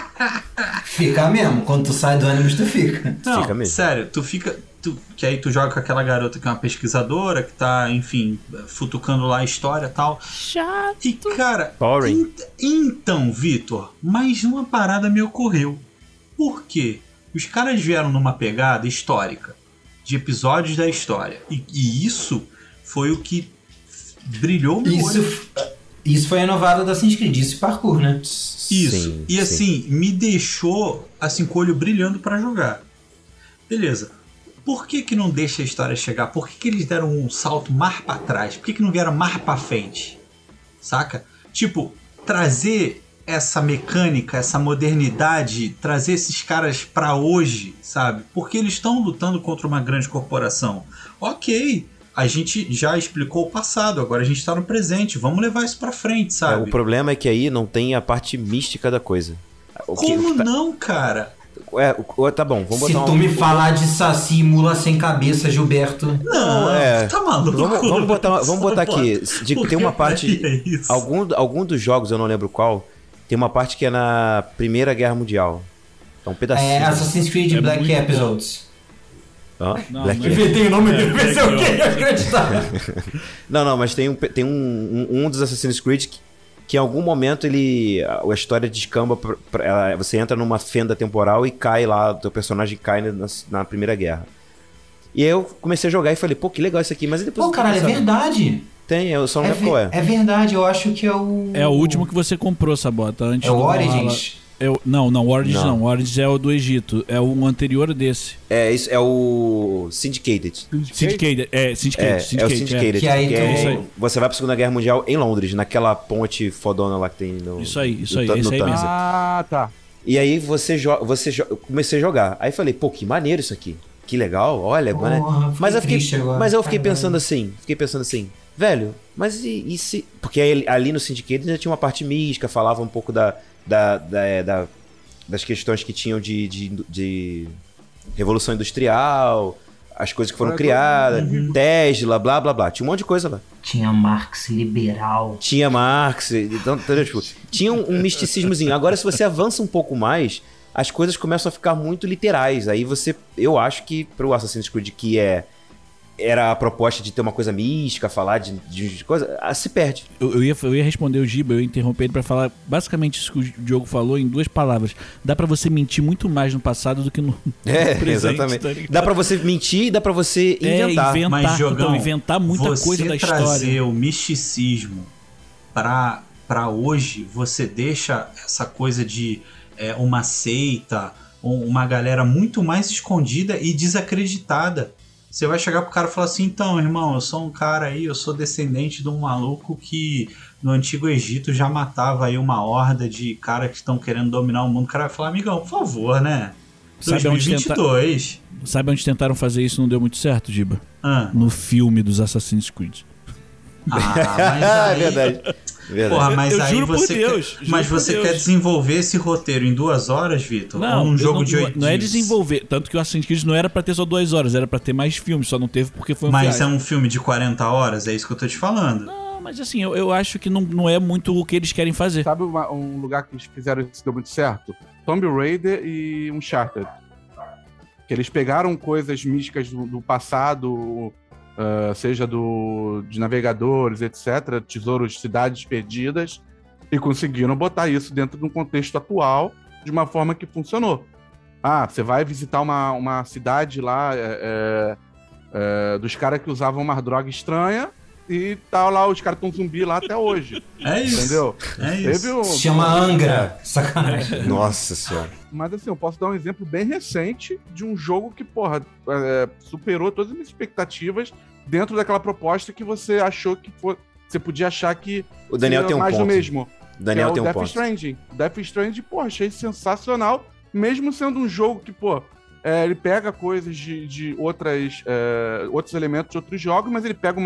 Fica mesmo, quando tu sai do Animus tu fica. Não, fica mesmo. Sério, tu fica... que aí tu joga com aquela garota que é uma pesquisadora, que tá, enfim, futucando lá a história e tal. Chato. E, cara... Então, Vitor, mais uma parada me ocorreu. Por quê? Os caras vieram numa pegada histórica, de episódios da história. E isso foi o que brilhou meu olho. Isso foi renovado da Assassin's Creed, isso parkour, né? Isso. Sim, e assim, me deixou assim, com o olho brilhando pra jogar. Beleza. Por que não deixa a história chegar? Por que eles deram um salto mais pra trás? Por que não vieram mais pra frente? Saca? Tipo, trazer essa mecânica, essa modernidade, trazer esses caras pra hoje, sabe? Porque eles estão lutando contra uma grande corporação. Ok, a gente já explicou o passado, agora a gente tá no presente, vamos levar isso pra frente, sabe? O problema é que aí não tem a parte mística da coisa. Não, cara? Tá bom, vamos botar Se tu me falar de Saci e mula sem cabeça, Gilberto... Não, tá maluco? Vamos botar aqui. Tem uma parte... Algum dos jogos, eu não lembro qual, tem uma parte que é na Primeira Guerra Mundial. É um pedacinho. Assassin's Creed Black Episodes. Inventei o nome dele, pensei o quê? Acreditar. Não, mas tem um dos Assassin's Creed que em algum momento a história descamba, você entra numa fenda temporal e cai lá, o teu personagem cai na Primeira Guerra. E aí eu comecei a jogar e falei, pô, que legal isso aqui, mas depois... Pô, caralho, é verdade. Tem, eu só não lembro qual é. É verdade, eu acho que é o... É o último que você comprou, Sabota, antes do Origins? Não, o Origins não. O Origins é o do Egito. É o anterior desse. Isso é o Syndicated. Syndicated. É o Syndicated. Que aí você vai pra Segunda Guerra Mundial em Londres, naquela ponte fodona lá que tem no... Isso aí. Esse aí mesmo. Tá. E aí eu comecei a jogar. Aí falei, pô, que maneiro isso aqui. Que legal, olha... Mas eu fiquei pensando assim, velho, mas e se... Porque ali no Syndicated já tinha uma parte mística, falava um pouco das questões que tinham de Revolução Industrial, as coisas que foram criadas, Tesla, blá, blá, blá. Tinha um monte de coisa lá. Tinha Marx liberal. Tinha Marx, então, tipo, tinha um misticismozinho. Agora, se você avança um pouco mais, as coisas começam a ficar muito literais. Aí eu acho que pro Assassin's Creed, que era a proposta de ter uma coisa mística, falar de coisa, se perde. Eu ia responder o Giba, eu ia interromper ele pra falar basicamente isso que o Diogo falou em 2 palavras. Dá pra você mentir muito mais no passado do que no presente. Exatamente. Tá, dá pra você mentir e dá pra você inventar. Mas, Jogão, inventar muita coisa da história. Você trazer o misticismo pra hoje, você deixa essa coisa de uma seita, uma galera muito mais escondida e desacreditada. Você vai chegar pro cara e falar assim, então, irmão, eu sou um cara aí, eu sou descendente de um maluco que no Antigo Egito já matava aí uma horda de caras que estão querendo dominar o mundo. O cara vai falar, amigão, por favor, né? 2022. Sabe onde tentaram fazer isso e não deu muito certo, Giba? No filme dos Assassin's Creed. Mas aí... Verdade. Porra, mas eu aí juro você por Deus, mas juro você por quer Deus. desenvolver esse roteiro em 2 horas, Vitor? Não, ou num jogo de 8 não é desenvolver. Tanto que o Assassin's Creed não era pra ter só 2 horas, era pra ter mais filmes, só não teve porque foi um Mas fiasco. é um filme de 40 horas, é isso que eu tô te falando. Não, mas assim, eu acho que não é muito o que eles querem fazer. Sabe um lugar que eles fizeram isso que deu muito certo? Tomb Raider e Uncharted. Que eles pegaram coisas místicas do passado, seja de navegadores, etc., tesouros, cidades perdidas, e conseguiram botar isso dentro de um contexto atual de uma forma que funcionou. Você vai visitar uma cidade lá dos caras que usavam uma droga estranha e tá lá, os caras estão zumbi lá até hoje. É isso. Entendeu? É isso. Se chama Angra. Sacanagem. Nossa senhora. Mas assim, eu posso dar um exemplo bem recente de um jogo que, porra, superou todas as minhas expectativas dentro daquela proposta que você achou que você podia achar que O Daniel seria tem um mais ponto. do mesmo. O Daniel tem um Death ponto. Stranding. Death Stranding, pô, achei sensacional, mesmo sendo um jogo que, pô, ele pega coisas de outros elementos de outros jogos, mas ele pega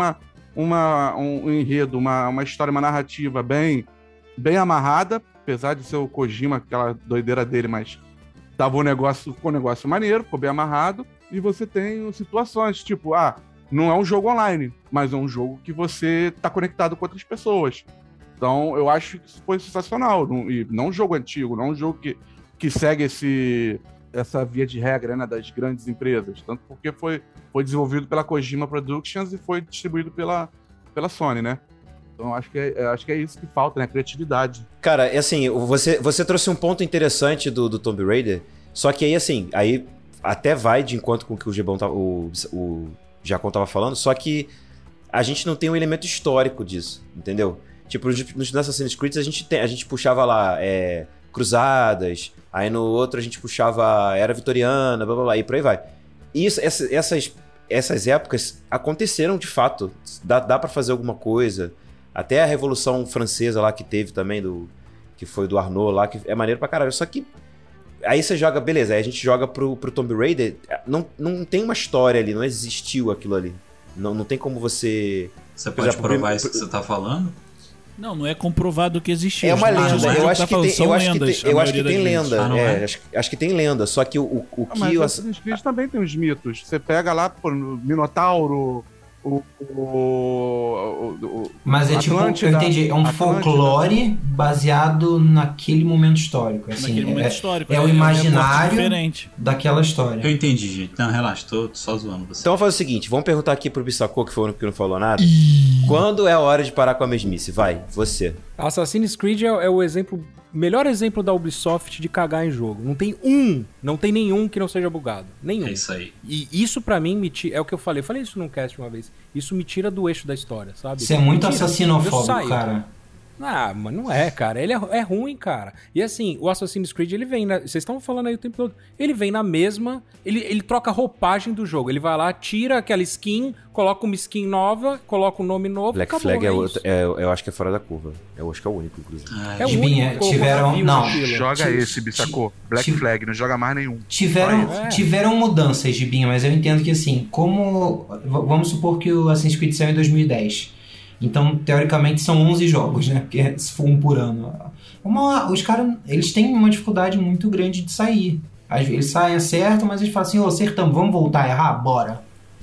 um enredo, uma história, uma narrativa bem amarrada, apesar de ser o Kojima, aquela doideira dele, mas ficou um negócio maneiro, ficou bem amarrado, e você tem situações, tipo, não é um jogo online, mas é um jogo que você tá conectado com outras pessoas. Então, eu acho que isso foi sensacional. E não um jogo antigo, não um jogo que segue essa via de regra, né, das grandes empresas. Tanto porque foi desenvolvido pela Kojima Productions e foi distribuído pela Sony, né? Então, acho que é isso que falta, né? Criatividade. Cara, assim, você trouxe um ponto interessante do Tomb Raider, só que aí, assim, até vai de encontro com o que o Jacon tava falando, só que a gente não tem um elemento histórico disso, entendeu? Tipo, nos Assassin's Creed a gente puxava lá cruzadas, aí no outro a gente puxava era vitoriana, blá blá blá, e por aí vai. E essas épocas aconteceram de fato, dá pra fazer alguma coisa. Até a Revolução Francesa lá que teve também, que foi do Arnaud lá, que é maneiro pra caralho. Só que aí você joga, beleza, aí a gente joga pro Tomb Raider, não tem uma história ali, não existiu aquilo ali. Não tem como você... Você pode provar isso que você tá falando? Não é comprovado que existiu. É uma lenda, eu acho que tem lenda. Acho que tem lenda, só que Mas o Assassin's Creed também tem uns mitos. Você pega lá, pô, Minotauro, Mas é tipo, eu entendi, é um folclore baseado naquele momento histórico. Assim, naquele momento histórico. É o imaginário diferente daquela história. Eu entendi, gente. Não, relaxa, tô só zoando você. Então vamos fazer o seguinte, vamos perguntar aqui pro Bissacô, que foi o único que não falou nada. Quando é a hora de parar com a mesmice? Vai, você. Assassin's Creed é o melhor exemplo da Ubisoft de cagar em jogo. Não tem nenhum que não seja bugado. Nenhum. É isso aí. E isso pra mim é o que eu falei. Eu falei isso num cast uma vez. Isso me tira do eixo da história, sabe? Você é muito assassinofóbico, cara. Mas não é, cara. Ele é ruim, cara. E assim, o Assassin's Creed, ele vem Vocês estão falando aí o tempo todo. Ele vem na mesma... Ele troca a roupagem do jogo. Ele vai lá, tira aquela skin, coloca uma skin nova, coloca um nome novo, Black acabou, Flag eu acho que é fora da curva. Eu acho que é o único, inclusive. É o Gibinha, único tiveram... Não. Joga esse, Bissacô. Black Flag, não joga mais nenhum. Tiveram mudanças, Gibinha, mas eu entendo que assim, vamos supor que o Assassin's Creed saiu em 2010. Então, teoricamente, são 11 jogos, né? Porque se for um por ano. Os caras, eles têm uma dificuldade muito grande de sair. Eles saem acertam, mas eles falam assim, acertamos, vamos voltar a errar? Bora.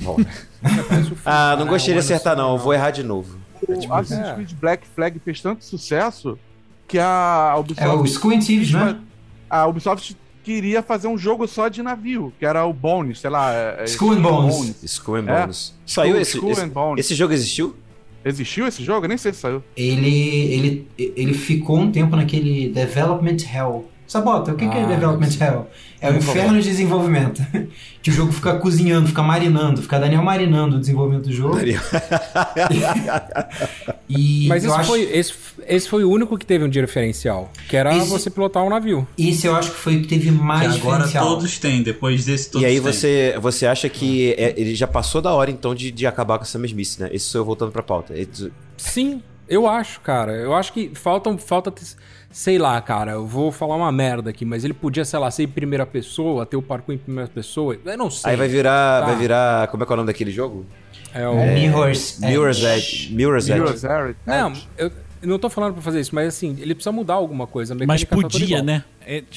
Não gostaria de acertar não, eu vou errar de novo. O Assassin's Creed Black Flag fez tanto sucesso que a Ubisoft... É o Skull and Thieves, né? A Ubisoft queria fazer um jogo só de navio, que era o Bones, sei lá... Skull and Bones. Skull and Bones. Saiu esse jogo existiu? Existiu esse jogo? Eu nem sei se saiu. Ele ficou um tempo naquele Development Hell, Sabota, o que é Development Hell? É o inferno de desenvolvimento. Que o jogo fica cozinhando, fica marinando, fica Daniel marinando o desenvolvimento do jogo. Mas esse foi o único que teve um diferencial, que era você pilotar um navio. Esse eu acho que foi o que teve mais que agora diferencial. Todos têm, depois desse todos E aí têm. você acha que ele já passou da hora, então, de acabar com essa mesmice, né? Esse sou eu voltando pra pauta. Sim, eu acho, cara. Eu acho que falta... Sei lá, cara, eu vou falar uma merda aqui, mas ele podia, sei lá, ser em primeira pessoa, ter o parkour em primeira pessoa, eu não sei. Aí vai virar... Como é que é o nome daquele jogo? É o... Mirror's Edge. Não, eu não tô falando pra fazer isso, mas assim, ele precisa mudar alguma coisa. A Mas mecânica tá toda podia, igual. né?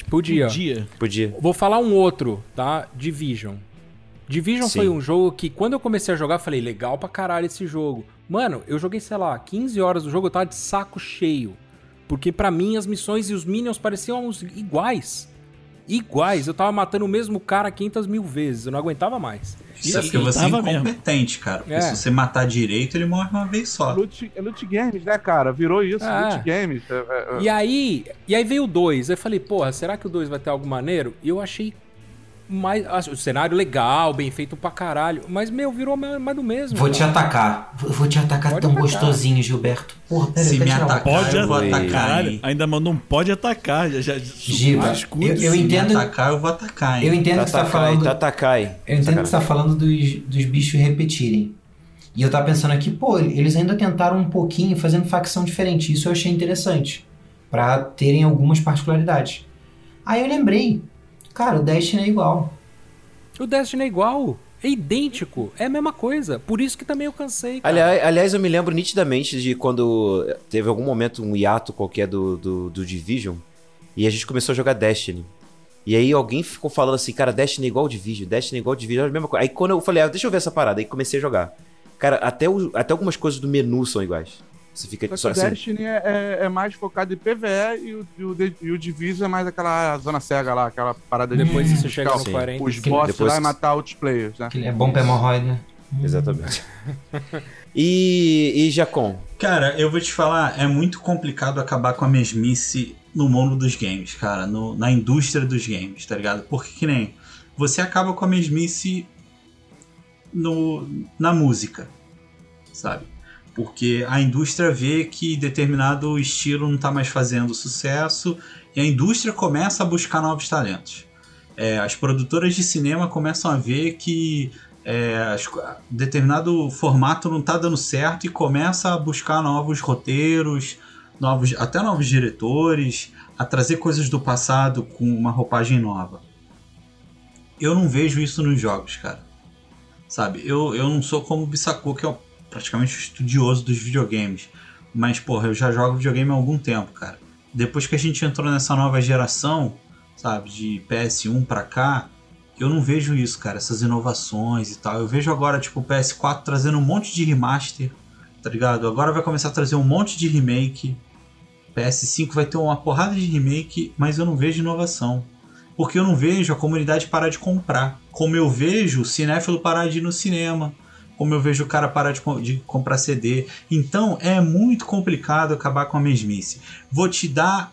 Podia. Vou falar um outro, tá? Division. Division Sim. foi um jogo que, quando eu comecei a jogar, eu falei, legal pra caralho esse jogo. Mano, eu joguei, sei lá, 15 horas do jogo, eu tava de saco cheio. Porque pra mim as missões e os minions pareciam iguais. Iguais. Eu tava matando o mesmo cara 500 mil vezes. Eu não aguentava mais. Isso é porque você é incompetente, cara. Porque se você matar direito, ele morre uma vez só. É loot games, né, cara? Virou isso, loot games. E aí veio o 2. Aí eu falei, porra, será que o 2 vai ter algo maneiro? E eu achei o cenário legal, bem feito pra caralho. Mas, virou mais do mesmo. Vou te atacar. Vou te atacar Pode tão atacar. Gostosinho, Gilberto. Porra, peraí. Se me atacar, eu vou atacar. Caralho, ainda mandou um pode atacar. Já Giba, eu entendo... Se me atacar, eu vou atacar, hein? Eu entendo que você tá falando... Tatakai. Eu entendo que você tá falando dos bichos repetirem. E eu tava pensando aqui, pô, eles ainda tentaram um pouquinho fazendo facção diferente. Isso eu achei interessante. Pra terem algumas particularidades. Aí eu lembrei... Cara, o Destiny é igual. O Destiny é igual. É idêntico. É a mesma coisa. Por isso que também eu cansei, cara. Aliás, eu me lembro nitidamente de quando teve algum momento, um hiato qualquer do Division, e a gente começou a jogar Destiny. E aí alguém ficou falando assim, cara, Destiny é igual Division, Destiny é igual Division, é a mesma coisa. Aí quando eu falei, deixa eu ver essa parada, aí comecei a jogar. Cara, até algumas coisas do menu são iguais. Você fica só assim. O Destiny é mais focado em PvE e o Division é mais aquela zona cega lá, aquela parada de... Depois você chega no 40. Os bosses lá e matar outros players, né? É bom pra hemorroida, né? Exatamente. E Jacon? Cara, eu vou te falar, é muito complicado acabar com a mesmice no mundo dos games, cara, na indústria dos games, tá ligado? Porque que nem você acaba com a mesmice na música, sabe? Porque a indústria vê que determinado estilo não está mais fazendo sucesso e a indústria começa a buscar novos talentos. As produtoras de cinema começam a ver que determinado formato não está dando certo e começa a buscar novos roteiros, até novos diretores, a trazer coisas do passado com uma roupagem nova. Eu não vejo isso nos jogos, cara. Sabe? Eu não sou como o Bissacô, que é praticamente estudioso dos videogames. Mas, porra, eu já jogo videogame há algum tempo, cara. Depois que a gente entrou nessa nova geração, sabe, de PS1 pra cá, eu não vejo isso, cara, essas inovações e tal. Eu vejo agora, tipo, o PS4 trazendo um monte de remaster, tá ligado? Agora vai começar a trazer um monte de remake. PS5 vai ter uma porrada de remake, mas eu não vejo inovação. Porque eu não vejo a comunidade parar de comprar. Como eu vejo o cinéfilo parar de ir no cinema. Como eu vejo o cara parar de comprar CD. Então é muito complicado acabar com a mesmice. Vou te dar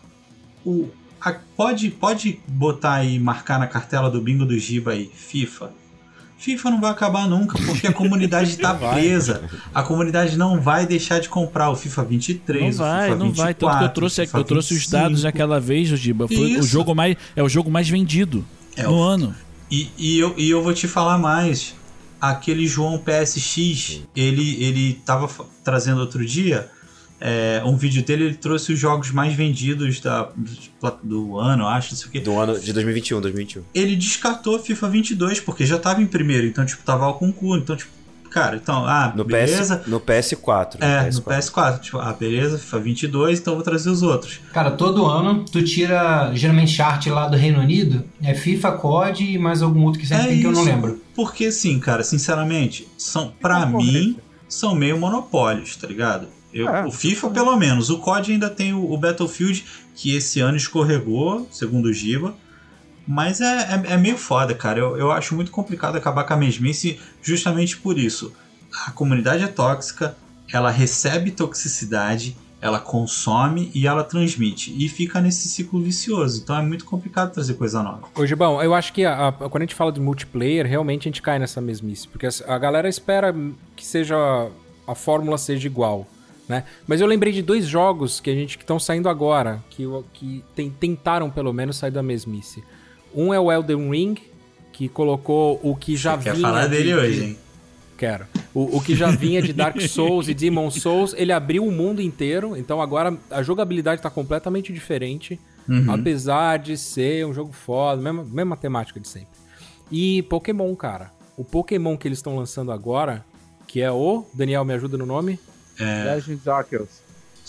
pode botar aí, marcar na cartela do bingo do Giba aí, FIFA. FIFA não vai acabar nunca, porque a comunidade está presa. A comunidade não vai deixar de comprar o FIFA 23, não vai, o FIFA 24, não vai. Tanto que eu trouxe os dados aquela vez, Giba. Foi o jogo mais vendido no ano. E eu vou te falar mais. Aquele João PSX, ele tava trazendo outro dia um vídeo dele, ele trouxe os jogos mais vendidos do ano, acho, não sei o que. Do ano de 2021. Ele descartou FIFA 22, porque já tava em primeiro, então, tipo, tava ao concurso, então, tipo, cara, então, beleza. No PS4. No PS4, tipo, beleza, FIFA 22, então eu vou trazer os outros. Cara, todo ano tu tira, geralmente, chart lá do Reino Unido, FIFA, COD e mais algum outro que sempre tem que eu não lembro. Porque, assim, cara, sinceramente, pra mim, são meio monopólios, tá ligado? O FIFA, pelo menos. O COD ainda tem o Battlefield, que esse ano escorregou, segundo o Giba. Mas é meio foda, cara. Eu acho muito complicado acabar com a mesmice justamente por isso. A comunidade é tóxica, ela recebe toxicidade ela consome e ela transmite. E fica nesse ciclo vicioso. Então é muito complicado trazer coisa nova. Ô, Gibão, eu acho que quando a gente fala de multiplayer, realmente a gente cai nessa mesmice. Porque a galera espera que a fórmula seja igual, né? Mas eu lembrei de 2 jogos que estão saindo agora, que tentaram pelo menos sair da mesmice. Um é o Elden Ring, que colocou o que já vinha... Quer falar dele hoje, hein? Quero. O que já vinha de Dark Souls e Demon Souls, ele abriu o mundo inteiro, então agora a jogabilidade tá completamente diferente, apesar de ser um jogo foda, mesma temática de sempre. E Pokémon, cara. O Pokémon que eles estão lançando agora, que é o... Daniel, me ajuda no nome? Legends Arceus.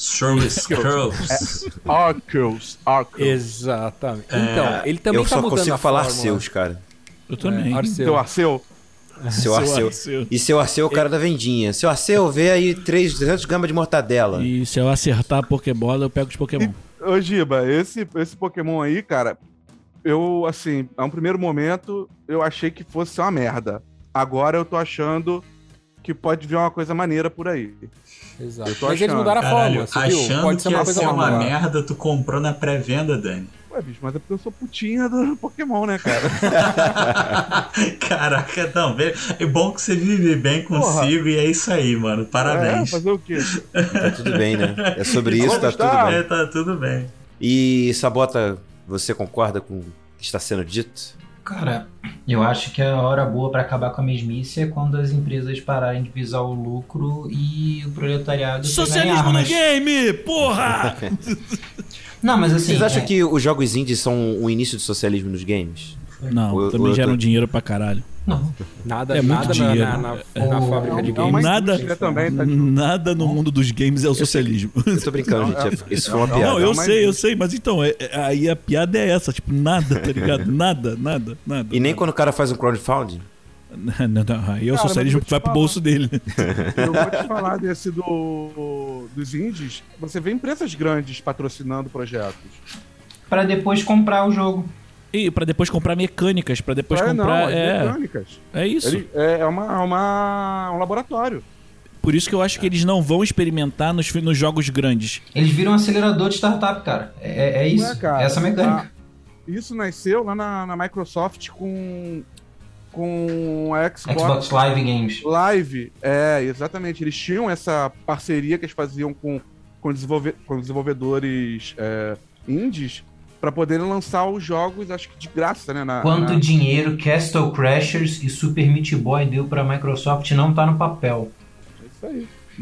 Arceus. Exatamente. Então, ele também tá mudando a Eu só consigo falar fórmula. Arceus, cara. Eu também. Seu Arceu. Seu Arceu. E seu Arceu é o cara da vendinha. Seu Arceu, vê aí 300 gramas de mortadela. E se eu acertar a Pokébola, eu pego os Pokémon. Ô, Giba, esse Pokémon aí, cara, eu, assim, a um primeiro momento, eu achei que fosse uma merda. Agora eu tô achando que pode vir uma coisa maneira por aí. Exato. Eu tô Mas eles achando. mudaram a fórmula, você viu? Achando Pode ser que uma ia coisa ser uma maneira. merda, tu comprou na pré-venda, Dani. Ué, bicho, mas é porque eu sou putinha do Pokémon, né, cara? Caraca, não, é bom que você vive bem consigo e é isso aí, mano. Parabéns. Fazer o quê? Tá tudo bem, né? É sobre isso, tá tudo bem. Tá tudo bem. E, Sabota, você concorda com o que está sendo dito? Cara, eu acho que a hora boa pra acabar com a mesmice é quando as empresas pararem de visar o lucro e o proletariado pegarem Socialismo no armas. game, porra! Não, mas assim... Vocês acham que os jogos indies são o início do socialismo nos games? Não, também geram dinheiro pra caralho. Não. Nada, É muito nada dinheiro. na fábrica de É uma games. Nada- indústria também, tá? Nada no mundo dos games é o socialismo. Eu tô brincando, gente. Isso foi uma piada. Não, eu mas- sei, mas então, aí a piada é essa, tipo, nada, tá ligado? Nada. E nem quando o cara faz um crowdfunding? Não, aí é o Cara, socialismo mas que vai eu vou te pro bolso dele. Eu vou te falar desse dos indies. Você vê empresas grandes patrocinando projetos. Pra depois comprar o jogo. E pra depois comprar mecânicas, pra depois comprar. Não, as mecânicas. É isso. É um laboratório. Por isso que eu acho que eles não vão experimentar nos jogos grandes. Eles viram um acelerador de startup, cara. É isso. Ué, cara, É essa mecânica. Isso nasceu lá na Microsoft com a Xbox Live Games. Live. Exatamente. Eles tinham essa parceria que eles faziam com desenvolvedores indies para poderem lançar os jogos, acho que de graça, né? Quanto dinheiro Castle Crashers e Super Meat Boy deu pra Microsoft não tá no papel. É isso aí.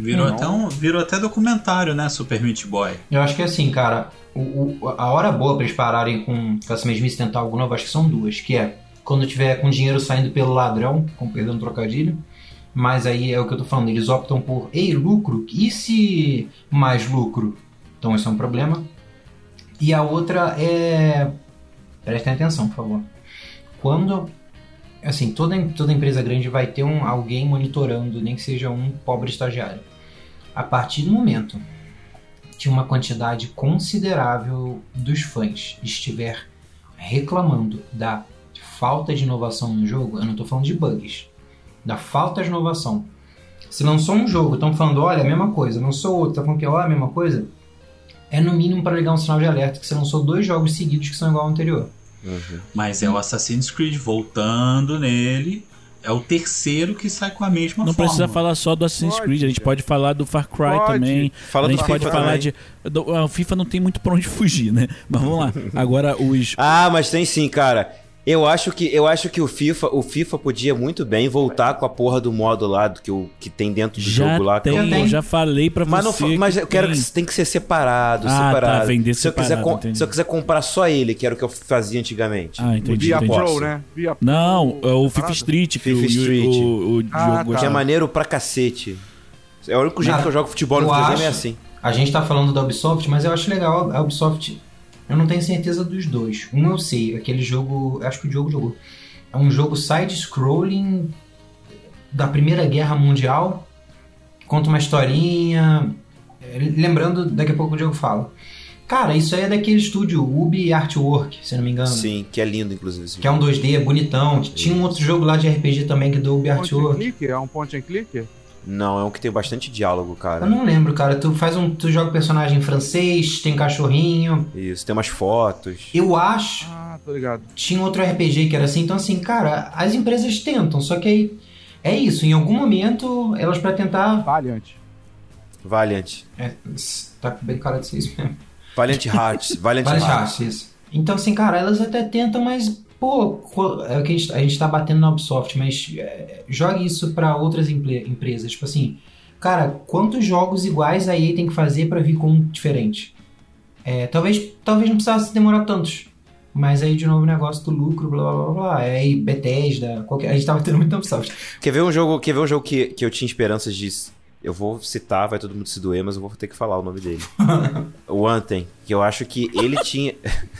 Virou até documentário, né, Super Meat Boy. Eu acho que assim, cara, a hora boa pra eles pararem com essa mesmice e tentar algo novo, acho que são 2, que é quando tiver com dinheiro saindo pelo ladrão, com perdão do trocadilho, mas aí é o que eu tô falando, eles optam por, lucro, e se mais lucro? Então isso é um problema. E a outra é... Prestem atenção, por favor. Quando... Assim, toda empresa grande vai ter alguém monitorando, nem que seja um pobre estagiário. A partir do momento que uma quantidade considerável dos fãs estiver reclamando da falta de inovação no jogo, eu não estou falando de bugs, da falta de inovação. Se lançou um jogo, estão falando, olha, a mesma coisa, lançou outro, tá falando que é a mesma coisa, é no mínimo para ligar um sinal de alerta que você lançou 2 jogos seguidos que são igual ao anterior. Mas é o Assassin's Creed voltando nele. É o terceiro que sai com a mesma Não forma. precisa falar só do Assassin's Creed, a gente pode falar do Far Cry também. Fala A do gente pode FIFA falar também. o FIFA não tem muito pra onde fugir, né? Mas vamos lá. Agora os... Ah, mas tem sim, cara. Eu acho que o FIFA podia muito bem voltar com a porra do modo lá que tem dentro do Já jogo lá. que é tem, um- eu já falei pra Mas, você. mas que eu quero tem. que tem que ser separado, Ah, separado. tá, vender se eu quiser separado, entendi. se eu quiser comprar só ele, que era o que eu fazia antigamente. Ah, entendi. Via entendi. Pro, né? Via Pro, Não, é o FIFA parada. Street que FIFA o Street. Diogo Ah, Que é gostava. maneiro pra cacete. É o único jeito Nada. que eu jogo futebol no Eu videogame é acho- assim. A gente tá falando da Ubisoft, mas eu acho legal a Ubisoft. Eu não tenho certeza dos 2. Um eu sei, aquele jogo, acho que o Diogo jogou. É um jogo side-scrolling da Primeira Guerra Mundial. Conta uma historinha. Lembrando, daqui a pouco o Diogo fala. Cara, isso aí é daquele estúdio Ubi Artwork, se eu não me engano. Sim, que é lindo, inclusive. esse Que é um 2D, bonitão. Tinha um outro jogo lá de RPG também que do Ubi Point and Artwork. click? É um point and click? Não, é um que tem bastante diálogo, cara. Eu não lembro, cara. Tu joga o personagem francês, tem cachorrinho. Isso, tem umas fotos. Eu acho. Ah, tô ligado. Tinha outro RPG que era assim. Então, assim, cara, as empresas tentam, só que aí é isso. Em algum momento, elas pra tentar. Valiant. Tá bem cara de ser isso mesmo. Valiant Hearts. Valiant Hearts. Isso. Então, assim, cara, elas até tentam, mas, pô, é o que a gente tá batendo na Ubisoft, mas jogue isso pra outras empresas. Tipo assim, cara, quantos jogos iguais a EA tem que fazer pra vir com um diferente? Talvez não precisasse demorar tantos. Mas aí, de novo, o negócio do lucro, blá, blá, blá, blá. Aí, Bethesda, a gente tava tendo muito na Ubisoft. Quer ver um jogo que eu tinha esperanças de... Eu vou citar, vai todo mundo se doer, mas eu vou ter que falar o nome dele. O Anthem, que eu acho que ele tinha...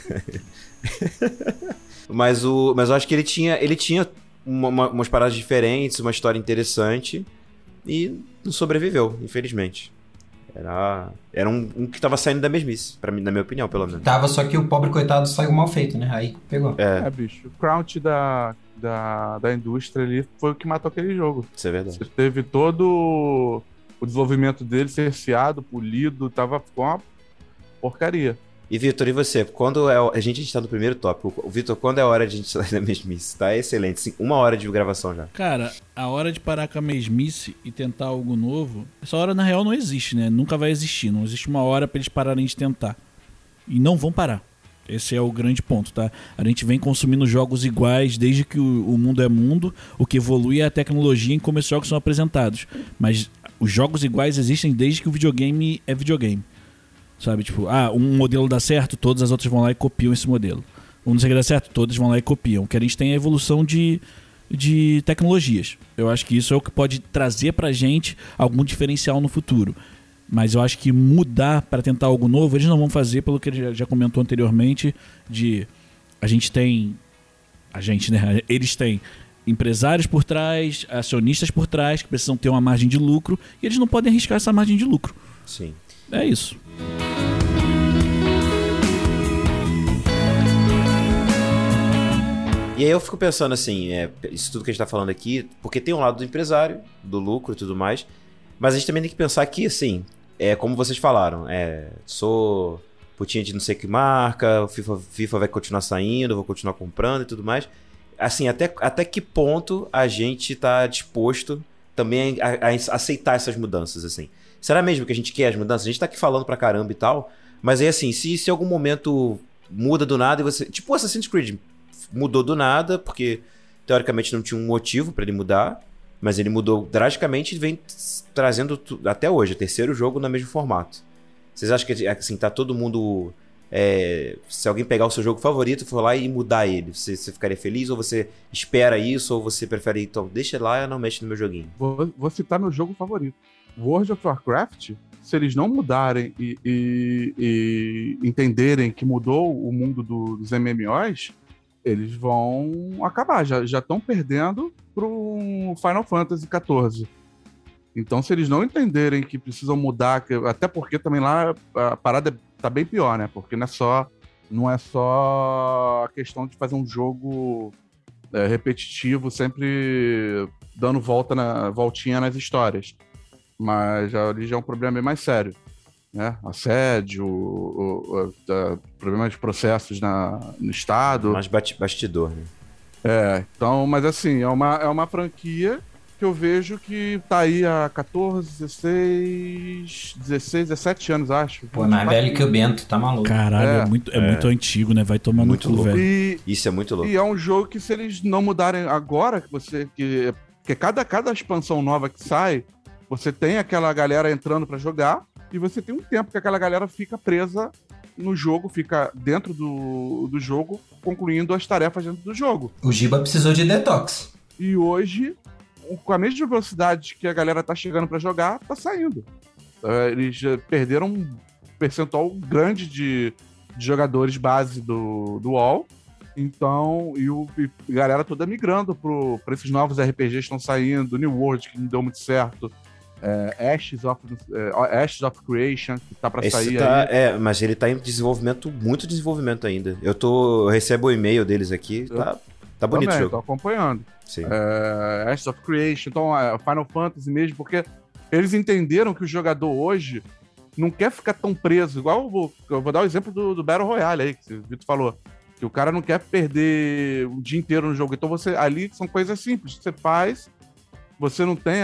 mas eu acho que ele tinha umas paradas diferentes, uma história interessante e não sobreviveu, infelizmente. Era um que tava saindo da mesmice, pra mim, na minha opinião, pelo menos. Tava, só que o pobre coitado saiu mal feito, né? Aí pegou. Bicho, o crunch da indústria ali foi o que matou aquele jogo. Isso é verdade. Você teve todo o desenvolvimento dele cerceado, polido, ficou uma porcaria. E, Vitor, e você? Quando a gente está no primeiro tópico. Vitor, quando é a hora de a gente sair da mesmice? Tá excelente. Sim, 1 hora de gravação já. Cara, a hora de parar com a mesmice e tentar algo novo, essa hora na real não existe, né? Nunca vai existir. Não existe uma hora pra eles pararem de tentar. E não vão parar. Esse é o grande ponto, tá? A gente vem consumindo jogos iguais desde que o mundo é mundo. O que evolui é a tecnologia em como esses jogos são apresentados. Mas os jogos iguais existem desde que o videogame é videogame. Sabe, tipo, um modelo dá certo, todas as outras vão lá e copiam esse modelo. Um não sei o que dá certo, todas vão lá e copiam. O que a gente tem é a evolução de tecnologias. Eu acho que isso é o que pode trazer pra gente algum diferencial no futuro. Mas eu acho que mudar para tentar algo novo, eles não vão fazer, pelo que ele já comentou anteriormente, eles têm empresários por trás, acionistas por trás, que precisam ter uma margem de lucro, e eles não podem arriscar essa margem de lucro. Sim. É isso. E aí eu fico pensando assim, isso tudo que a gente tá falando aqui, porque tem um lado do empresário, do lucro e tudo mais, mas a gente também tem que pensar que, assim, como vocês falaram, sou putinha de não sei que marca, o FIFA vai continuar saindo, eu vou continuar comprando e tudo mais. Assim, até que ponto a gente tá disposto também a aceitar essas mudanças, assim. Será mesmo que a gente quer as mudanças? A gente tá aqui falando pra caramba e tal, mas aí assim, se em algum momento muda do nada e você... Tipo o Assassin's Creed mudou do nada, porque teoricamente não tinha um motivo pra ele mudar, mas ele mudou drasticamente e vem trazendo até hoje, o terceiro jogo no mesmo formato. Vocês acham que assim, tá todo mundo... se alguém pegar o seu jogo favorito e for lá e mudar ele, você ficaria feliz? Ou você espera isso? Ou você prefere, então, deixa lá e não mexe no meu joguinho? Vou citar meu jogo favorito. World of Warcraft, se eles não mudarem e entenderem que mudou o mundo dos MMOs, eles vão acabar. Já estão perdendo pro Final Fantasy XIV. Então, se eles não entenderem que precisam mudar, até porque também lá a parada tá bem pior, né? Porque não é só a questão de fazer um jogo repetitivo, sempre dando voltinha nas histórias. Mas ali já é um problema bem mais sério, né? Assédio, problemas de processos no Estado. Mais bastidor, né? Então, mas assim, é uma franquia que eu vejo que tá aí há 14, 16, 17 anos, acho. Pô, mais velho que o Bento, tá maluco. Caralho, é muito antigo, né? Vai tomar muito no cu, velho. Isso é muito louco. E é um jogo que, se eles não mudarem agora, que cada expansão nova que sai, você tem aquela galera entrando pra jogar, e você tem um tempo que aquela galera fica presa no jogo, fica dentro do jogo, concluindo as tarefas dentro do jogo. O Giba precisou de detox. E hoje, com a mesma velocidade que a galera tá chegando pra jogar, tá saindo. Eles já perderam um percentual grande de jogadores base do WoW. Então, a galera toda migrando pra esses novos RPGs que estão saindo, New World, que não deu muito certo, Ashes of Creation, que tá pra sair aí. Mas ele tá em desenvolvimento, muito desenvolvimento ainda. Eu recebo o e-mail deles aqui, tá Tá bonito o Também, jogo. tô acompanhando. Sim. Ashes of Creation, então Final Fantasy mesmo, porque eles entenderam que o jogador hoje não quer ficar tão preso, igual eu vou dar o exemplo do Battle Royale aí, que o Vitor falou, que o cara não quer perder o dia inteiro no jogo, então você, ali são coisas simples, você faz, você não tem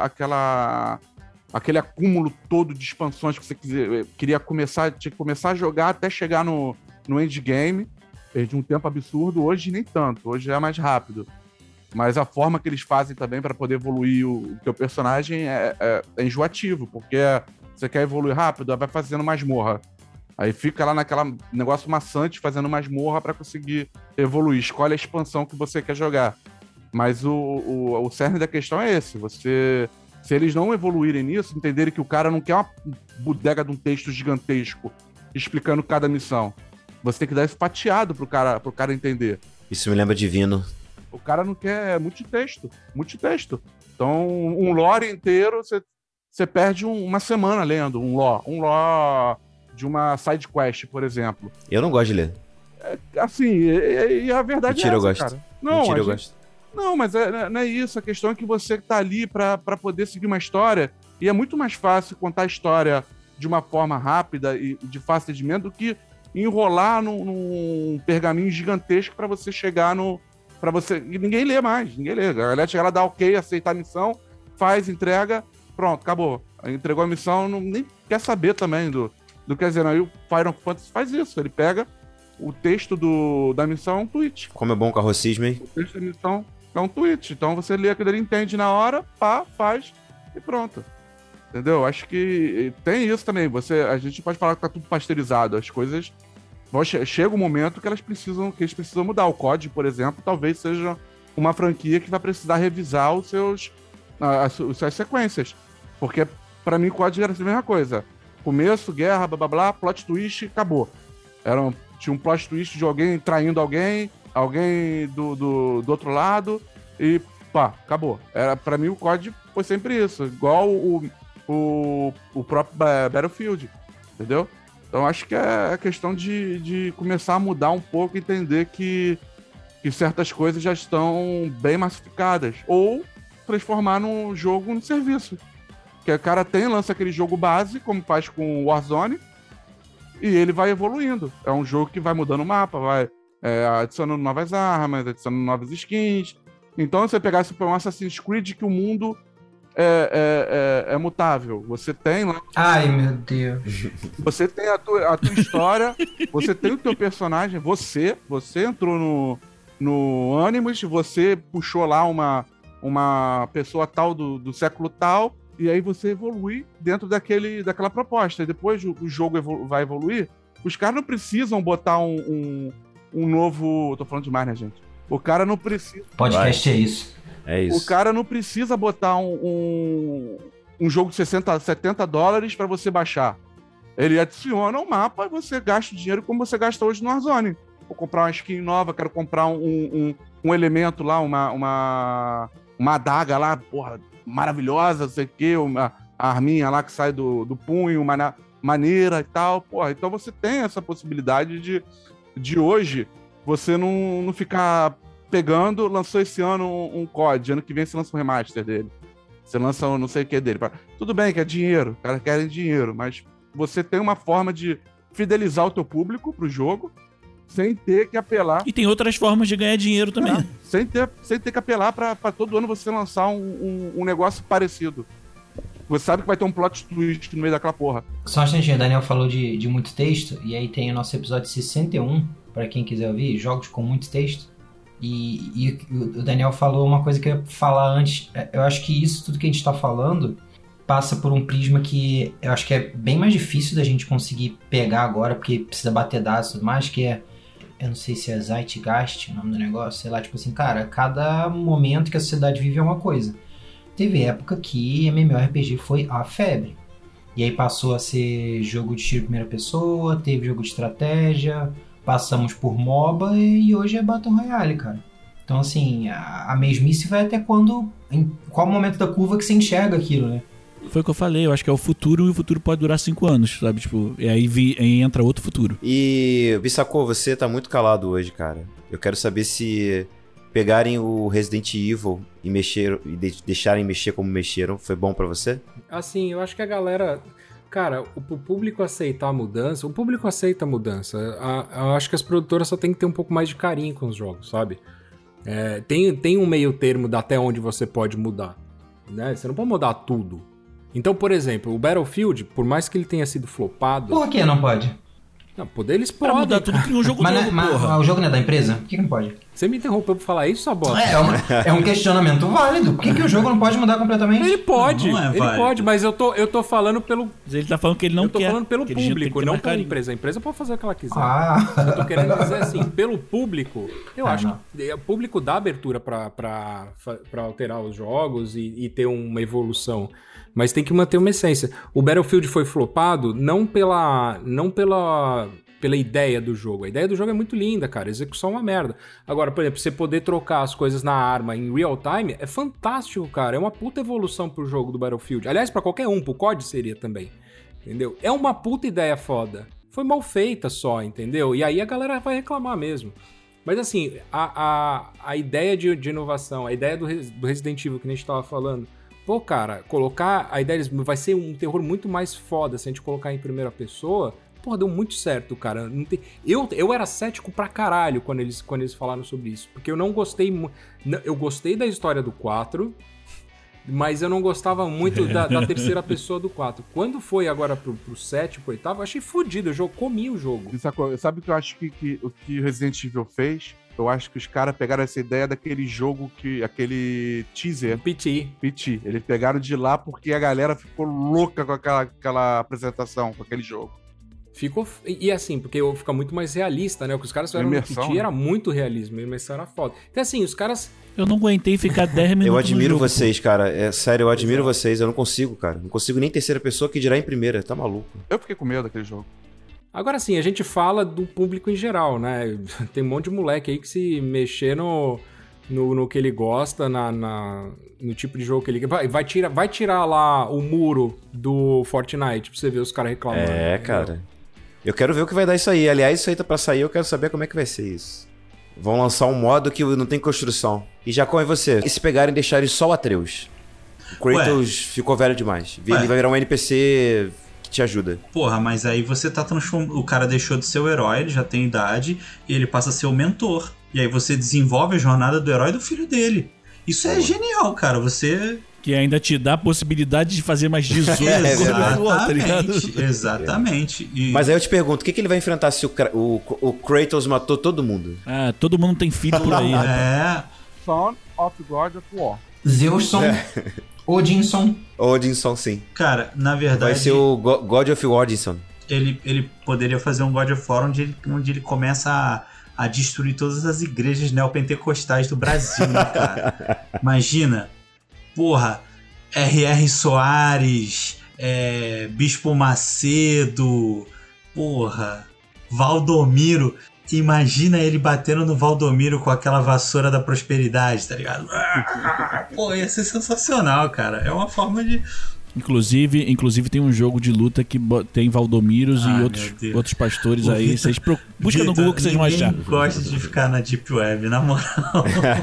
aquele acúmulo todo de expansões que você tinha que começar a jogar até chegar no endgame, de um tempo absurdo, hoje nem tanto, hoje é mais rápido. Mas a forma que eles fazem também para poder evoluir o teu personagem é enjoativo, porque você quer evoluir rápido, vai fazendo masmorra. Aí fica lá naquela negócio maçante, fazendo masmorra para conseguir evoluir. Escolhe a expansão que você quer jogar. Mas o cerne da questão é esse. Se eles não evoluírem nisso, entenderem que o cara não quer uma bodega de um texto gigantesco explicando cada missão. Você tem que dar isso fatiado pro cara entender. Isso me lembra Divino. O cara não quer multitexto. Então, um lore inteiro, você perde uma semana lendo um lore de uma side quest, por exemplo. Eu não gosto de ler. Assim, e a verdade Mentira, é essa, eu gosto. cara. Não, Mentira, eu gosto. Não, mas não é isso. A questão é que você tá ali pra poder seguir uma história, e é muito mais fácil contar a história de uma forma rápida e de fácil entendimento do que enrolar num pergaminho gigantesco pra você chegar pra você... E ninguém lê mais, ninguém lê. A galera chega lá, dá ok, aceita a missão, faz, entrega, pronto, acabou. Entregou a missão, nem quer saber também do que quer dizer. Não. E o Final Fantasy faz isso, ele pega o texto da missão, é um tweet. Como é bom o carrocismo, hein? O texto da missão é um tweet, então você lê aquilo, ele entende na hora, pá, faz e pronto. Entendeu? Acho que tem isso também. A gente pode falar que tá tudo pasteurizado. As coisas... Chega um momento que eles precisam mudar. O COD, por exemplo, talvez seja uma franquia que vai precisar revisar as suas sequências. Porque, pra mim, o COD era a mesma coisa. Começo, guerra, blá, blá, blá, plot twist, acabou. Tinha um plot twist de alguém traindo alguém do outro lado, e pá, acabou. Pra mim, o COD foi sempre isso. Igual o próprio Battlefield, entendeu? Então acho que é a questão de começar a mudar um pouco e entender que certas coisas já estão bem massificadas. Ou transformar num jogo no serviço. Que o cara lança aquele jogo base, como faz com o Warzone, e ele vai evoluindo. É um jogo que vai mudando o mapa, vai adicionando novas armas, adicionando novas skins. Então você pegasse um Assassin's Creed que o mundo é mutável. Você tem lá... Ai, meu Deus. Você tem a tua história, você tem o teu personagem, você entrou no Animus, você puxou lá uma pessoa tal do século tal, e aí você evolui dentro daquela proposta. E depois o jogo vai evoluir, os caras não precisam botar um novo... Tô falando demais, né, gente? O cara não precisa... Podcast é isso. É isso. O cara não precisa botar um jogo de $70 pra você baixar. Ele adiciona um mapa e você gasta o dinheiro como você gasta hoje no Warzone. Vou comprar uma skin nova, quero comprar um elemento lá, uma adaga lá, porra, maravilhosa, não sei o quê, uma arminha lá que sai do punho, maneira e tal. Porra, então você tem essa possibilidade de hoje você não ficar... lançou esse ano um COD, ano que vem você lança um remaster dele. Você lança um não sei o que dele. Tudo bem que é dinheiro, os caras querem dinheiro, mas você tem uma forma de fidelizar o teu público pro jogo, sem ter que apelar... E tem outras formas de ganhar dinheiro também. Sem ter que apelar pra todo ano você lançar um negócio parecido. Você sabe que vai ter um plot twist no meio daquela porra. Só um instantinho, o Daniel falou de muito texto, e aí tem o nosso episódio 61, pra quem quiser ouvir, jogos com muito texto. E o Daniel falou uma coisa que eu ia falar antes. Eu acho que isso tudo que a gente tá falando passa por um prisma que eu acho que é bem mais difícil da gente conseguir pegar agora, porque precisa bater dados e tudo mais, que eu não sei se é Zeitgeist o nome do negócio, sei lá, tipo assim, cara, cada momento que a sociedade vive é uma coisa. Teve época que MMORPG foi a febre. E aí passou a ser jogo de tiro em primeira pessoa, teve jogo de estratégia... Passamos por MOBA e hoje é Battle Royale, cara. Então, assim, a mesmice vai até quando... Em qual momento da curva que você enxerga aquilo, né? Foi o que eu falei, eu acho que é o futuro e o futuro pode durar 5 anos, sabe? Tipo, e aí entra outro futuro. E, Bissacô, você tá muito calado hoje, cara. Eu quero saber se pegarem o Resident Evil e deixarem mexer como mexeram, foi bom pra você? Assim, eu acho que a galera... Cara, o público aceitar a mudança... O público aceita a mudança. Eu acho que as produtoras só tem que ter um pouco mais de carinho com os jogos, sabe? Tem um meio termo até onde você pode mudar, né? Você não pode mudar tudo. Então, por exemplo, o Battlefield, por mais que ele tenha sido flopado... Por que não pode? Não, poder eles Pra podem, mudar tudo, cria um jogo novo, porra. O jogo não é da empresa? Por que não pode? Você me interrompeu pra falar isso, Sabota? É um questionamento válido. Por que o jogo não pode mudar completamente? Ele pode, Não é ele válido. pode, mas eu tô falando pelo... Mas ele tá falando que ele não eu tô quer. falando pelo que eles tinham que público, ter não mais pela carinho. empresa. A empresa pode fazer o que ela quiser. Ah, Eu tô querendo dizer assim, pelo público, eu acho não. que o público dá abertura pra alterar os jogos e ter uma evolução. Mas tem que manter uma essência. O Battlefield foi flopado não pela ideia do jogo. A ideia do jogo é muito linda, cara. A execução é uma merda. Agora, por exemplo, você poder trocar as coisas na arma em real time é fantástico, cara. É uma puta evolução pro jogo do Battlefield. Aliás, pra qualquer um, pro COD seria também. Entendeu? É uma puta ideia foda. Foi mal feita só, entendeu? E aí a galera vai reclamar mesmo. Mas assim, a ideia de inovação, a ideia do Resident Evil que a gente tava falando, pô, cara, colocar a ideia vai ser um terror muito mais foda se a gente colocar em primeira pessoa. Porra, deu muito certo, cara. Não tem... eu era cético pra caralho quando eles falaram sobre isso. Porque eu não gostei... Eu gostei da história do 4, mas eu não gostava muito da terceira pessoa do 4. Quando foi agora pro 7, pro 8, eu achei fodido. Eu comi o jogo. Sabe o que eu acho que o que Resident Evil fez? Eu acho que os caras pegaram essa ideia daquele jogo, aquele teaser, PT. Eles pegaram de lá porque a galera ficou louca com aquela apresentação, com aquele jogo. Ficou... E assim, porque fica muito mais realista, né? O que os caras fizeram no PT né? era muito realismo, a imersão era foda. Então assim, os caras... Eu não aguentei ficar 10 minutos Eu admiro no jogo, vocês, cara. É sério, eu admiro vocês. Eu não consigo, cara. Não consigo nem em terceira pessoa, que dirá em primeira. Tá maluco. Eu fiquei com medo daquele jogo. Agora sim, a gente fala do público em geral, né? Tem um monte de moleque aí que se mexer no que ele gosta, no tipo de jogo que ele vai tirar lá o muro do Fortnite pra você ver os caras reclamando. Cara. Eu quero ver o que vai dar isso aí. Aliás, isso aí tá pra sair, eu quero saber como é que vai ser isso. Vão lançar um modo que não tem construção. E Jacó, e você? E se pegarem e deixarem só o Atreus? O Kratos ficou velho demais. Ele vai virar um NPC que te ajuda. Porra, mas aí você tá transformando... O cara deixou de ser o herói, ele já tem idade, e ele passa a ser o mentor. E aí você desenvolve a jornada do herói e do filho dele. Isso é genial, cara. Você... Que ainda te dá a possibilidade de fazer mais 18 tá ligado? Exatamente. E... Mas aí eu te pergunto, o que ele vai enfrentar se o Kratos matou todo mundo? Ah, todo mundo tem filho por aí. Son of God of War. Zeusson, Odinson. Odinson, sim. Cara, na verdade... Vai ser o God of Odinson. Ele poderia fazer um God of War onde ele começa a destruir todas as igrejas neopentecostais do Brasil, né, cara? Imagina... Porra, R.R. Soares, Bispo Macedo, porra, Valdomiro. Imagina ele batendo no Valdomiro com aquela vassoura da prosperidade, tá ligado? Pô, ia ser sensacional, cara. É uma forma de... Inclusive tem um jogo de luta que tem Valdomiros e outros pastores aí. Vocês busca no Google que vocês vão achar. Eu gosto de ficar na Deep Web, na moral.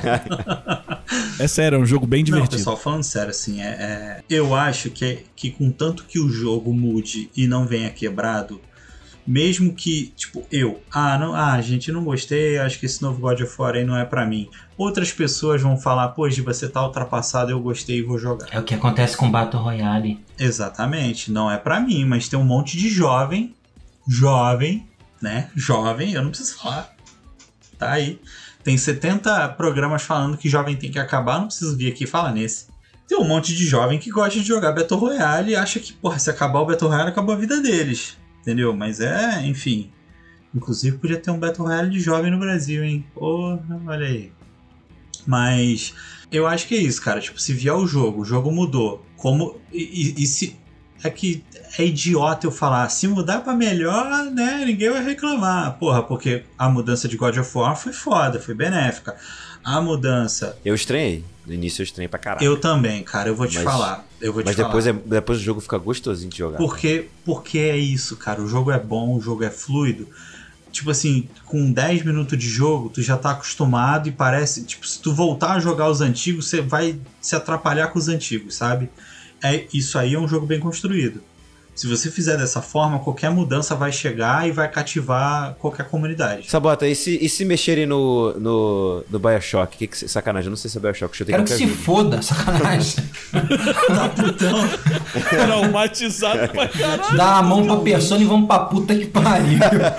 É sério, é um jogo bem divertido. Não, pessoal, falando sério, assim, eu acho que com tanto que o jogo mude e não venha quebrado, mesmo que, tipo, gente, não gostei, acho que esse novo God of War aí não é pra mim. Outras pessoas vão falar, pô, Gi, você tá ultrapassado, eu gostei e vou jogar. É o que acontece com Battle Royale. Exatamente, não é pra mim, mas tem um monte de jovem, né? Jovem, eu não preciso falar. Tá aí. Tem 70 programas falando que jovem tem que acabar, não preciso vir aqui falar nesse. Tem um monte de jovem que gosta de jogar Battle Royale e acha que, porra, se acabar o Battle Royale, acabou a vida deles. Entendeu? Mas enfim. Inclusive podia ter um Battle Royale de jovem no Brasil, hein? Porra, olha aí. Mas eu acho que é isso, cara. Tipo, se vier o jogo mudou. E se... É que é idiota eu falar, se mudar pra melhor, né, ninguém vai reclamar. Porra, porque a mudança de God of War foi foda, foi benéfica. A mudança... Eu estranhei. No início eu estranhei pra caralho. Eu também, cara, eu vou te falar. Mas depois o jogo fica gostosinho de jogar. Porque é isso, cara. O jogo é bom, o jogo é fluido. tipo assim, com 10 minutos de jogo, tu já tá acostumado e parece, tipo, se tu voltar a jogar os antigos, você vai se atrapalhar com os antigos, sabe? Isso aí é um jogo bem construído. Se você fizer dessa forma, qualquer mudança vai chegar e vai cativar qualquer comunidade. Sabota, e se mexerem no BioShock? Sacanagem, eu não sei se é BioShock. Quero que se foda, sacanagem. Tá putão. Traumatizado pra caralho. Dá a mão pra persona e vamos pra puta que pariu.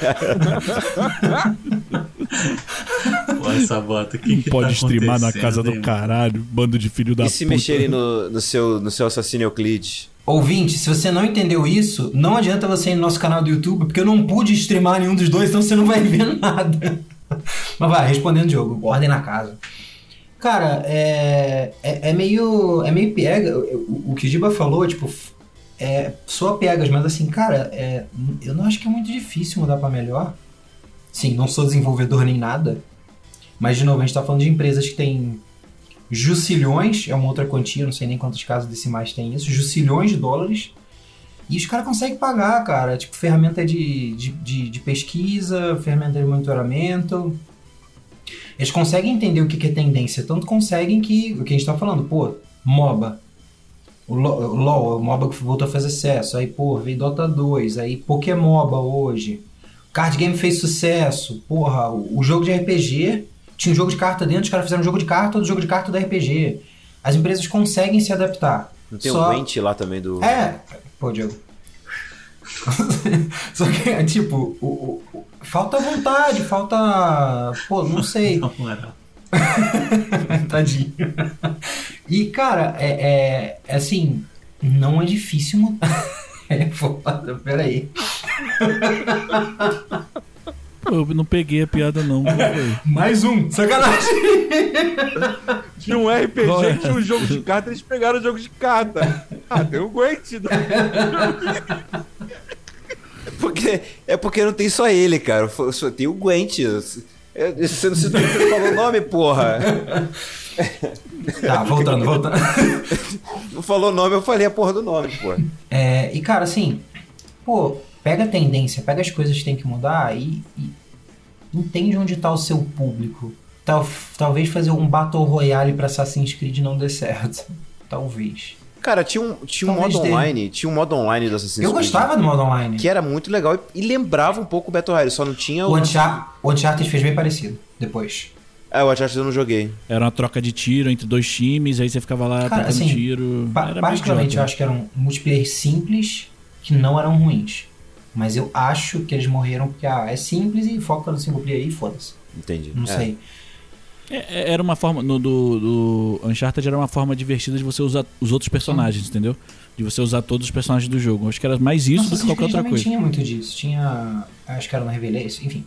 Pô, essa bota, que Pode tá streamar na casa do hein, caralho, bando de filho da puta. E se mexerem no seu Assassin's Euclides? Ouvinte, se você não entendeu isso, não adianta você ir no nosso canal do YouTube, porque eu não pude streamar nenhum dos dois, então você não vai ver nada. Mas vai, respondendo o jogo, ordem na casa. Cara, é meio pega. O que o Giba falou, tipo, soa pegas, mas assim, cara, eu não acho que é muito difícil mudar pra melhor. Sim, não sou desenvolvedor nem nada, mas de novo, a gente tá falando de empresas que têm jucilhões, é uma outra quantia, não sei nem quantos casos decimais tem isso, jucilhões de dólares, e os caras conseguem pagar, cara, tipo, ferramenta de pesquisa, ferramenta de monitoramento, eles conseguem entender o que é tendência, tanto conseguem que, o que a gente tá falando, pô, MOBA, o LoL, o MOBA que voltou a fazer sucesso, aí, pô, veio Dota 2, aí Pokémoba hoje, Card Game fez sucesso, porra, o jogo de RPG... Tinha um jogo de carta dentro, os caras fizeram um jogo de carta, do jogo de carta do RPG. As empresas conseguem se adaptar. Não tem um Gwent lá também do... Pô, Diego. Só que, tipo, falta vontade, falta... Pô, não sei. Não era. Tadinho. E, cara, assim, não é difícil mudar. Foda, peraí. Eu não peguei a piada, não. Mais um, sacanagem. Tinha um RPG, tinha um jogo de carta, eles pegaram o jogo de carta. Tem um Gwent. Porque não tem só ele, cara. Só tem o Gwent. Você não falou o nome, porra. Tá, voltando. Não falou o nome, eu falei a porra do nome, porra. E, cara, assim, pô, pega a tendência, pega as coisas que tem que mudar e entende onde tá o seu público. Talvez fazer um Battle Royale pra Assassin's Creed não dê certo. Talvez. Cara, tinha um modo online. Tinha um modo online do Assassin's Creed. Eu gostava do modo online. Que era muito legal e lembrava um pouco o Battle Royale, só não tinha o Uncharted fez bem parecido, depois. O Uncharted eu não joguei. Era uma troca de tiro entre dois times, aí você ficava lá trocando assim, tiro. Particularmente eu acho que era um multiplayer simples, que não eram ruins. Mas eu acho que eles morreram porque é simples e foca no single player aí e foda-se. Entendi. Não sei. Era uma forma. Do Uncharted era uma forma divertida de você usar os outros personagens, entendeu? De você usar todos os personagens do jogo. Acho que era mais isso do que qualquer outra coisa. Tinha muito disso. Tinha. Acho que era no Revelation, enfim.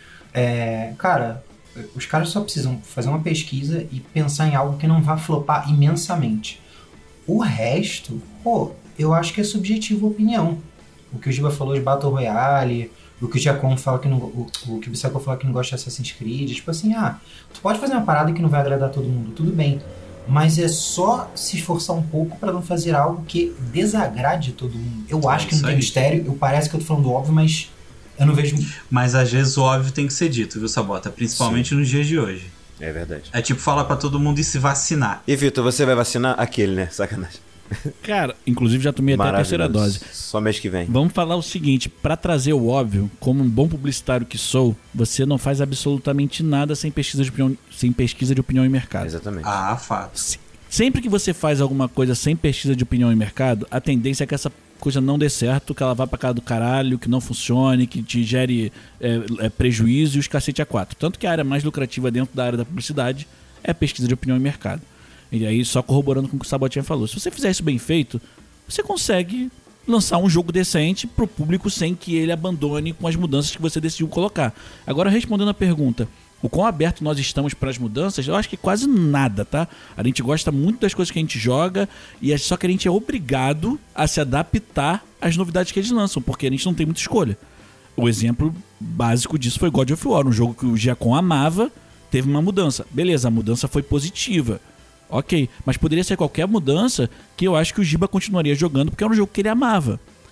Cara, os caras só precisam fazer uma pesquisa e pensar em algo que não vá flopar imensamente. O resto, pô, eu acho que é subjetivo a opinião. O que o Giba falou de Battle Royale, o que o Giacomo fala que não, o que o Bissacco fala que não gosta de Assassin's Creed, tipo assim, tu pode fazer uma parada que não vai agradar todo mundo, tudo bem, mas é só se esforçar um pouco pra não fazer algo que desagrade todo mundo. Eu acho que não tem mistério, parece que eu tô falando óbvio, mas eu não vejo... Mas às vezes o óbvio tem que ser dito, viu, Sabota? Principalmente nos dias de hoje. É verdade. É tipo falar pra todo mundo ir se vacinar. E Vitor, você vai vacinar aquele, né? Sacanagem. Cara, inclusive já tomei até a terceira dose. Só mês que vem. Vamos falar o seguinte, pra trazer o óbvio, como um bom publicitário que sou, você não faz absolutamente nada sem pesquisa de opinião em mercado. Exatamente. Fato. Sempre que você faz alguma coisa sem pesquisa de opinião em mercado, a tendência é que essa coisa não dê certo, que ela vá pra casa do caralho, que não funcione, que te gere prejuízo e os cacete a quatro. Tanto que a área mais lucrativa dentro da área da publicidade é a pesquisa de opinião em mercado. E aí, só corroborando com o que o Sabotinha falou. Se você fizer isso bem feito, você consegue lançar um jogo decente pro público sem que ele abandone com as mudanças que você decidiu colocar. Agora, respondendo a pergunta, o quão aberto nós estamos para as mudanças, eu acho que quase nada, tá? A gente gosta muito das coisas que a gente joga, e só que a gente é obrigado a se adaptar às novidades que eles lançam, porque a gente não tem muita escolha. O exemplo básico disso foi God of War, um jogo que o Giacom amava, teve uma mudança. Beleza, a mudança foi positiva. Ok, mas poderia ser qualquer mudança que eu acho que o Giba continuaria jogando porque era um jogo que ele amava.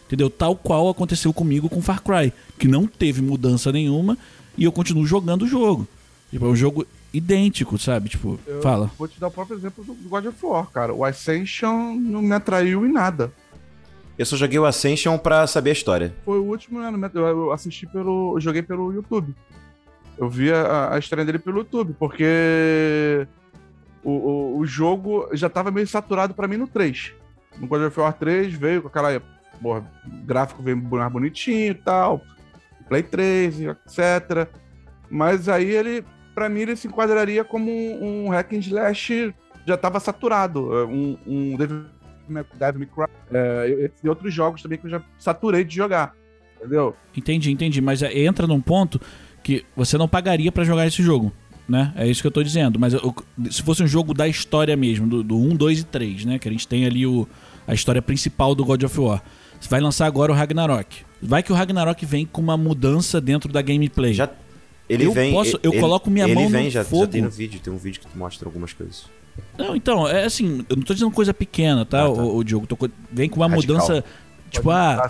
Entendeu? Tal qual aconteceu comigo com Far Cry, que não teve mudança nenhuma e eu continuo jogando o jogo. Tipo, é um jogo idêntico, sabe? Tipo, fala. Vou te dar o próprio exemplo do God of War, cara. O Ascension não me atraiu em nada. Eu só joguei o Ascension pra saber a história. Foi o último, né? Eu assisti eu joguei pelo YouTube. Eu vi a história dele pelo YouTube, porque o jogo já tava meio saturado pra mim no 3. No God of War 3 veio com aquela... Porra, gráfico veio mais bonitinho e tal. Play 3, etc. Mas aí ele... Pra mim ele se enquadraria como um hack and slash, já tava saturado. Um Devil May Cry. E outros jogos também que eu já saturei de jogar. Entendeu? Entendi. Mas entra num ponto que você não pagaria pra jogar esse jogo, né? É isso que eu tô dizendo. Mas se fosse um jogo da história mesmo, do 1, 2 e 3, né? Que a gente tem ali a história principal do God of War. Você vai lançar agora o Ragnarok. Vai que o Ragnarok vem com uma mudança dentro da gameplay. Eu coloco minha mão no fogo. Já tem no vídeo, tem um vídeo que mostra algumas coisas. Não, então, é assim, eu não tô dizendo coisa pequena, tá, o Diogo? Vem com uma Radical. Mudança, tipo,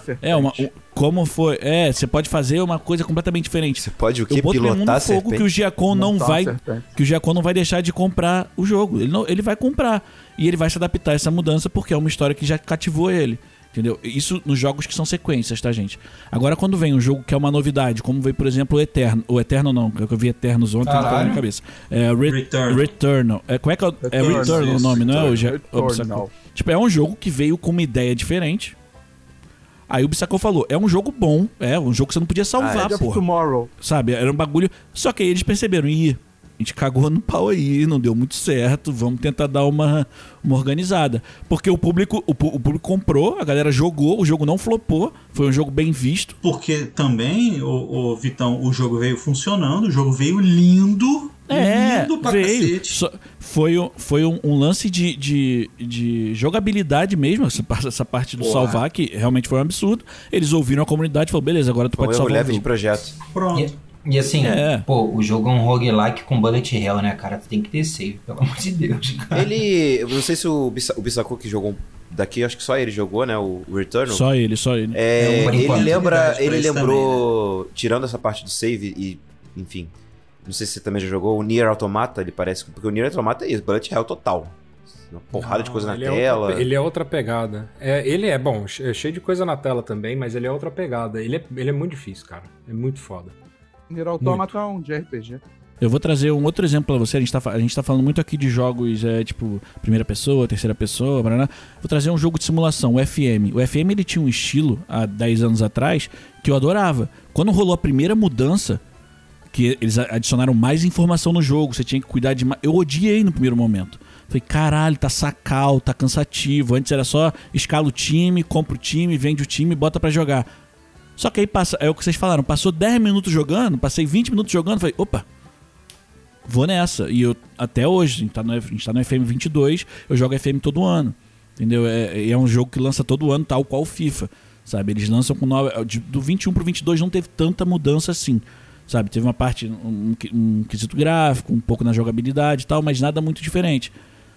como foi? Você pode fazer uma coisa completamente diferente. Você pode o quê? Eu boto minha mão no fogo que o Giacom não vai deixar de comprar o jogo. Ele vai comprar. E ele vai se adaptar a essa mudança porque é uma história que já cativou ele. Entendeu? Isso nos jogos que são sequências, tá, gente? Agora, quando vem um jogo que é uma novidade, como veio, por exemplo, o Eterno. O Eterno não, que eu vi Eternos ontem, não tá na minha cabeça. Returnal. Como é que é Returnal o nome, não é? Returnal. Tipo, é um jogo que veio com uma ideia diferente. Aí o Bissacô falou, é um jogo bom, é um jogo que você não podia salvar, porra. Tomorrow. Sabe, era um bagulho... Só que aí eles perceberam, a gente cagou no pau aí, não deu muito certo, vamos tentar dar uma organizada. Porque o público comprou, a galera jogou, o jogo não flopou, foi um jogo bem visto. Porque também, o Vitão, o jogo veio funcionando, o jogo veio lindo pra cacete. Foi um lance de jogabilidade mesmo, essa parte do salvar, que realmente foi um absurdo. Eles ouviram a comunidade e falaram, beleza, agora tu pode salvar o leve jogo. de projeto. Pronto. E assim, o jogo é um roguelike com bullet hell, né, cara? Tu tem que ter save, pelo amor de Deus, cara. Eu não sei se o Bissacô que jogou daqui, acho que só ele jogou, né, o Returnal. Só ele. Ele lembrou, também, né? Tirando essa parte do save e, enfim, não sei se você também já jogou, o Nier Automata, ele parece, porque o Nier Automata é isso, bullet hell total. Uma porrada de coisa na tela. Ele é outra pegada. Ele é, bom, é cheio de coisa na tela também, mas ele é outra pegada. Ele é muito difícil, cara. É muito foda. Nier Automata é um de RPG. Eu vou trazer um outro exemplo pra você. A gente tá falando muito aqui de jogos, tipo, primeira pessoa, terceira pessoa, blá. Vou trazer um jogo de simulação, o FM. O FM, ele tinha um estilo, há 10 anos atrás, que eu adorava. Quando rolou a primeira mudança, que eles adicionaram mais informação no jogo, você tinha que cuidar de mais... Eu odiei no primeiro momento. Falei, caralho, tá sacal, tá cansativo. Antes era só escala o time, compra o time, vende o time e bota pra jogar. Só que aí é o que vocês falaram, passou 10 minutos jogando, passei 20 minutos jogando, falei, opa, vou nessa. E eu, até hoje, a gente tá no FM 22, eu jogo FM todo ano, entendeu? É um jogo que lança todo ano, tal qual o FIFA, sabe? Eles lançam com do 21 pro 22 não teve tanta mudança assim, sabe? Teve uma parte, um quesito gráfico, um pouco na jogabilidade e tal, mas nada muito diferente.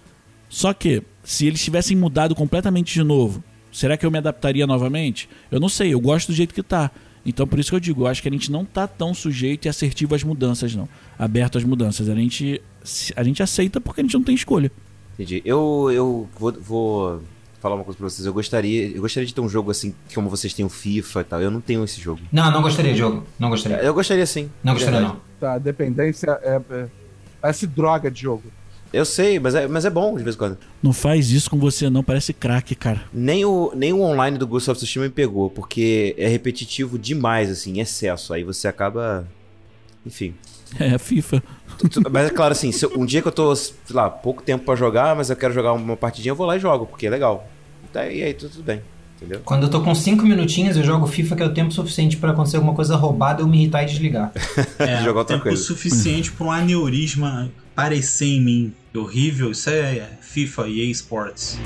Só que, se eles tivessem mudado completamente de novo, será que eu me adaptaria novamente? Eu não sei, eu gosto do jeito que tá. Então por isso que eu digo, eu acho que a gente não tá tão sujeito e assertivo às mudanças, não. Aberto às mudanças. A gente aceita porque a gente não tem escolha. Entendi. Eu vou falar uma coisa pra vocês. Eu gostaria de ter um jogo assim, como vocês têm o FIFA e tal. Eu não tenho esse jogo. Não gostaria de jogo. Não gostaria. Eu gostaria sim. Não gostaria não. Tá, dependência parece droga de jogo. Eu sei, mas é bom de vez em quando. Não faz isso com você não, parece craque, cara. Nem o online do Ghost of Tsushima me pegou, porque é repetitivo demais, assim, em excesso. Aí você acaba... Enfim. FIFA. Mas é claro, assim, um dia que eu tô, sei lá, pouco tempo pra jogar, mas eu quero jogar uma partidinha, eu vou lá e jogo, porque é legal. E aí tudo bem, entendeu? Quando eu tô com 5 minutinhos, eu jogo FIFA, que é o tempo suficiente pra acontecer alguma coisa roubada, eu me irritar e desligar. Jogar outra tempo coisa. Suficiente pra um aneurisma aparecer em mim. Horrível, isso é FIFA e EA Sports.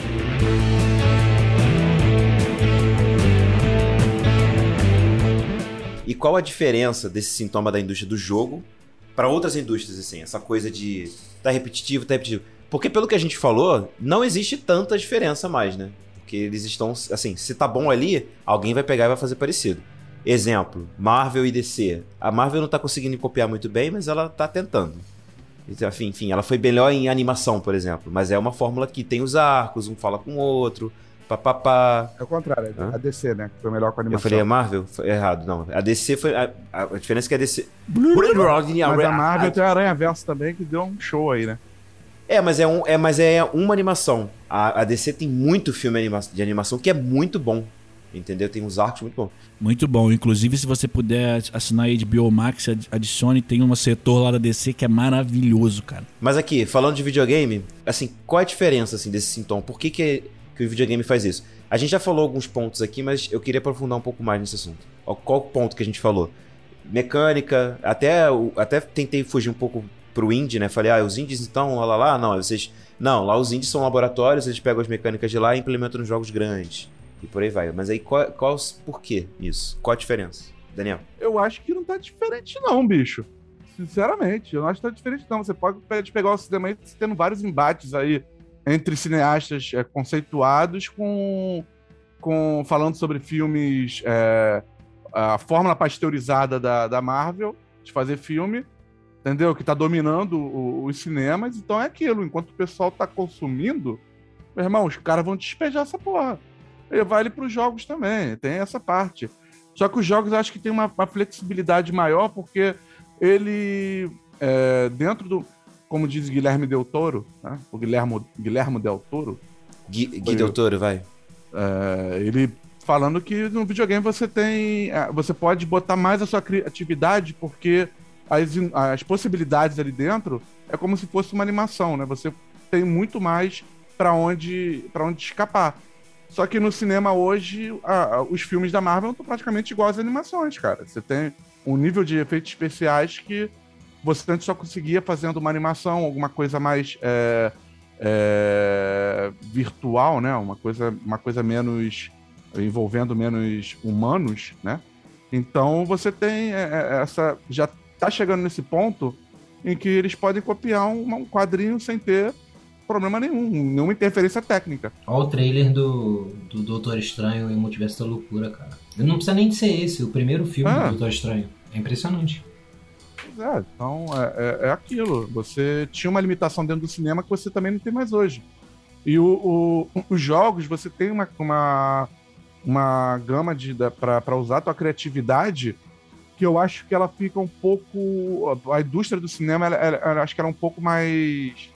E qual a diferença desse sintoma da indústria do jogo para outras indústrias, assim? Essa coisa de tá repetitivo. Porque pelo que a gente falou, não existe tanta diferença mais, né? Porque eles estão, assim, se tá bom ali, alguém vai pegar e vai fazer parecido. Exemplo, Marvel e DC. A Marvel não tá conseguindo copiar muito bem, mas ela tá tentando. Enfim, ela foi melhor em animação, por exemplo. Mas é uma fórmula que tem os arcos, um fala com o outro, papapá. É o contrário, a DC, né? Que foi melhor com a Eu animação. falei a Marvel? Foi errado, não. A DC foi... A diferença é que a DC... Mas a Marvel tem a Aranha Verso também, que deu um show aí, né? Mas é uma animação. A DC tem muito filme de animação que é muito bom. Entendeu? Tem uns arcos muito bons. Muito bom. Inclusive, se você puder assinar a HBO Max, adicione. Tem um setor lá da DC que é maravilhoso, cara. Mas aqui, falando de videogame, assim, qual é a diferença assim, desse sintoma? Por que o videogame faz isso? A gente já falou alguns pontos aqui, mas eu queria aprofundar um pouco mais nesse assunto. Qual ponto que a gente falou? Mecânica, até tentei fugir um pouco pro indie, né? Falei, os indies então, lá. Não, lá os indies são laboratórios, eles pegam as mecânicas de lá e implementam nos jogos grandes. E por aí vai. Mas aí, por que isso? Qual a diferença? Daniel? Eu acho que não tá diferente não, bicho. Sinceramente, eu não acho que tá diferente não. Você pode pegar o cinema aí tendo vários embates aí entre cineastas conceituados falando sobre filmes, a fórmula pasteurizada da Marvel de fazer filme, entendeu? Que tá dominando os cinemas. Então é aquilo. Enquanto o pessoal tá consumindo, meu irmão, os caras vão despejar essa porra. E vale para os jogos também, tem essa parte. Só que os jogos eu acho que tem uma flexibilidade maior, porque ele, dentro do, como diz Guilherme Del Toro, né? O Guilhermo Del Toro. Gui Del Toro, vai. Ele falando que no videogame você pode botar mais a sua criatividade, porque as possibilidades ali dentro é como se fosse uma animação, né? Você tem muito mais para onde escapar. Só que no cinema hoje, os filmes da Marvel estão praticamente iguais às animações, cara. Você tem um nível de efeitos especiais que você antes só conseguia fazendo uma animação, alguma coisa mais virtual, né? Uma coisa menos... envolvendo menos humanos, né? Então você tem essa... Já tá chegando nesse ponto em que eles podem copiar um quadrinho sem ter problema nenhuma interferência técnica. Olha o trailer do Doutor Estranho e o Multiverso da Loucura, cara. Não precisa nem de ser esse, o primeiro filme do Doutor Estranho. É impressionante. Então é aquilo. Você tinha uma limitação dentro do cinema que você também não tem mais hoje. E os jogos, você tem uma gama para usar a tua criatividade, que eu acho que ela fica um pouco... A indústria do cinema, ela acho que era um pouco mais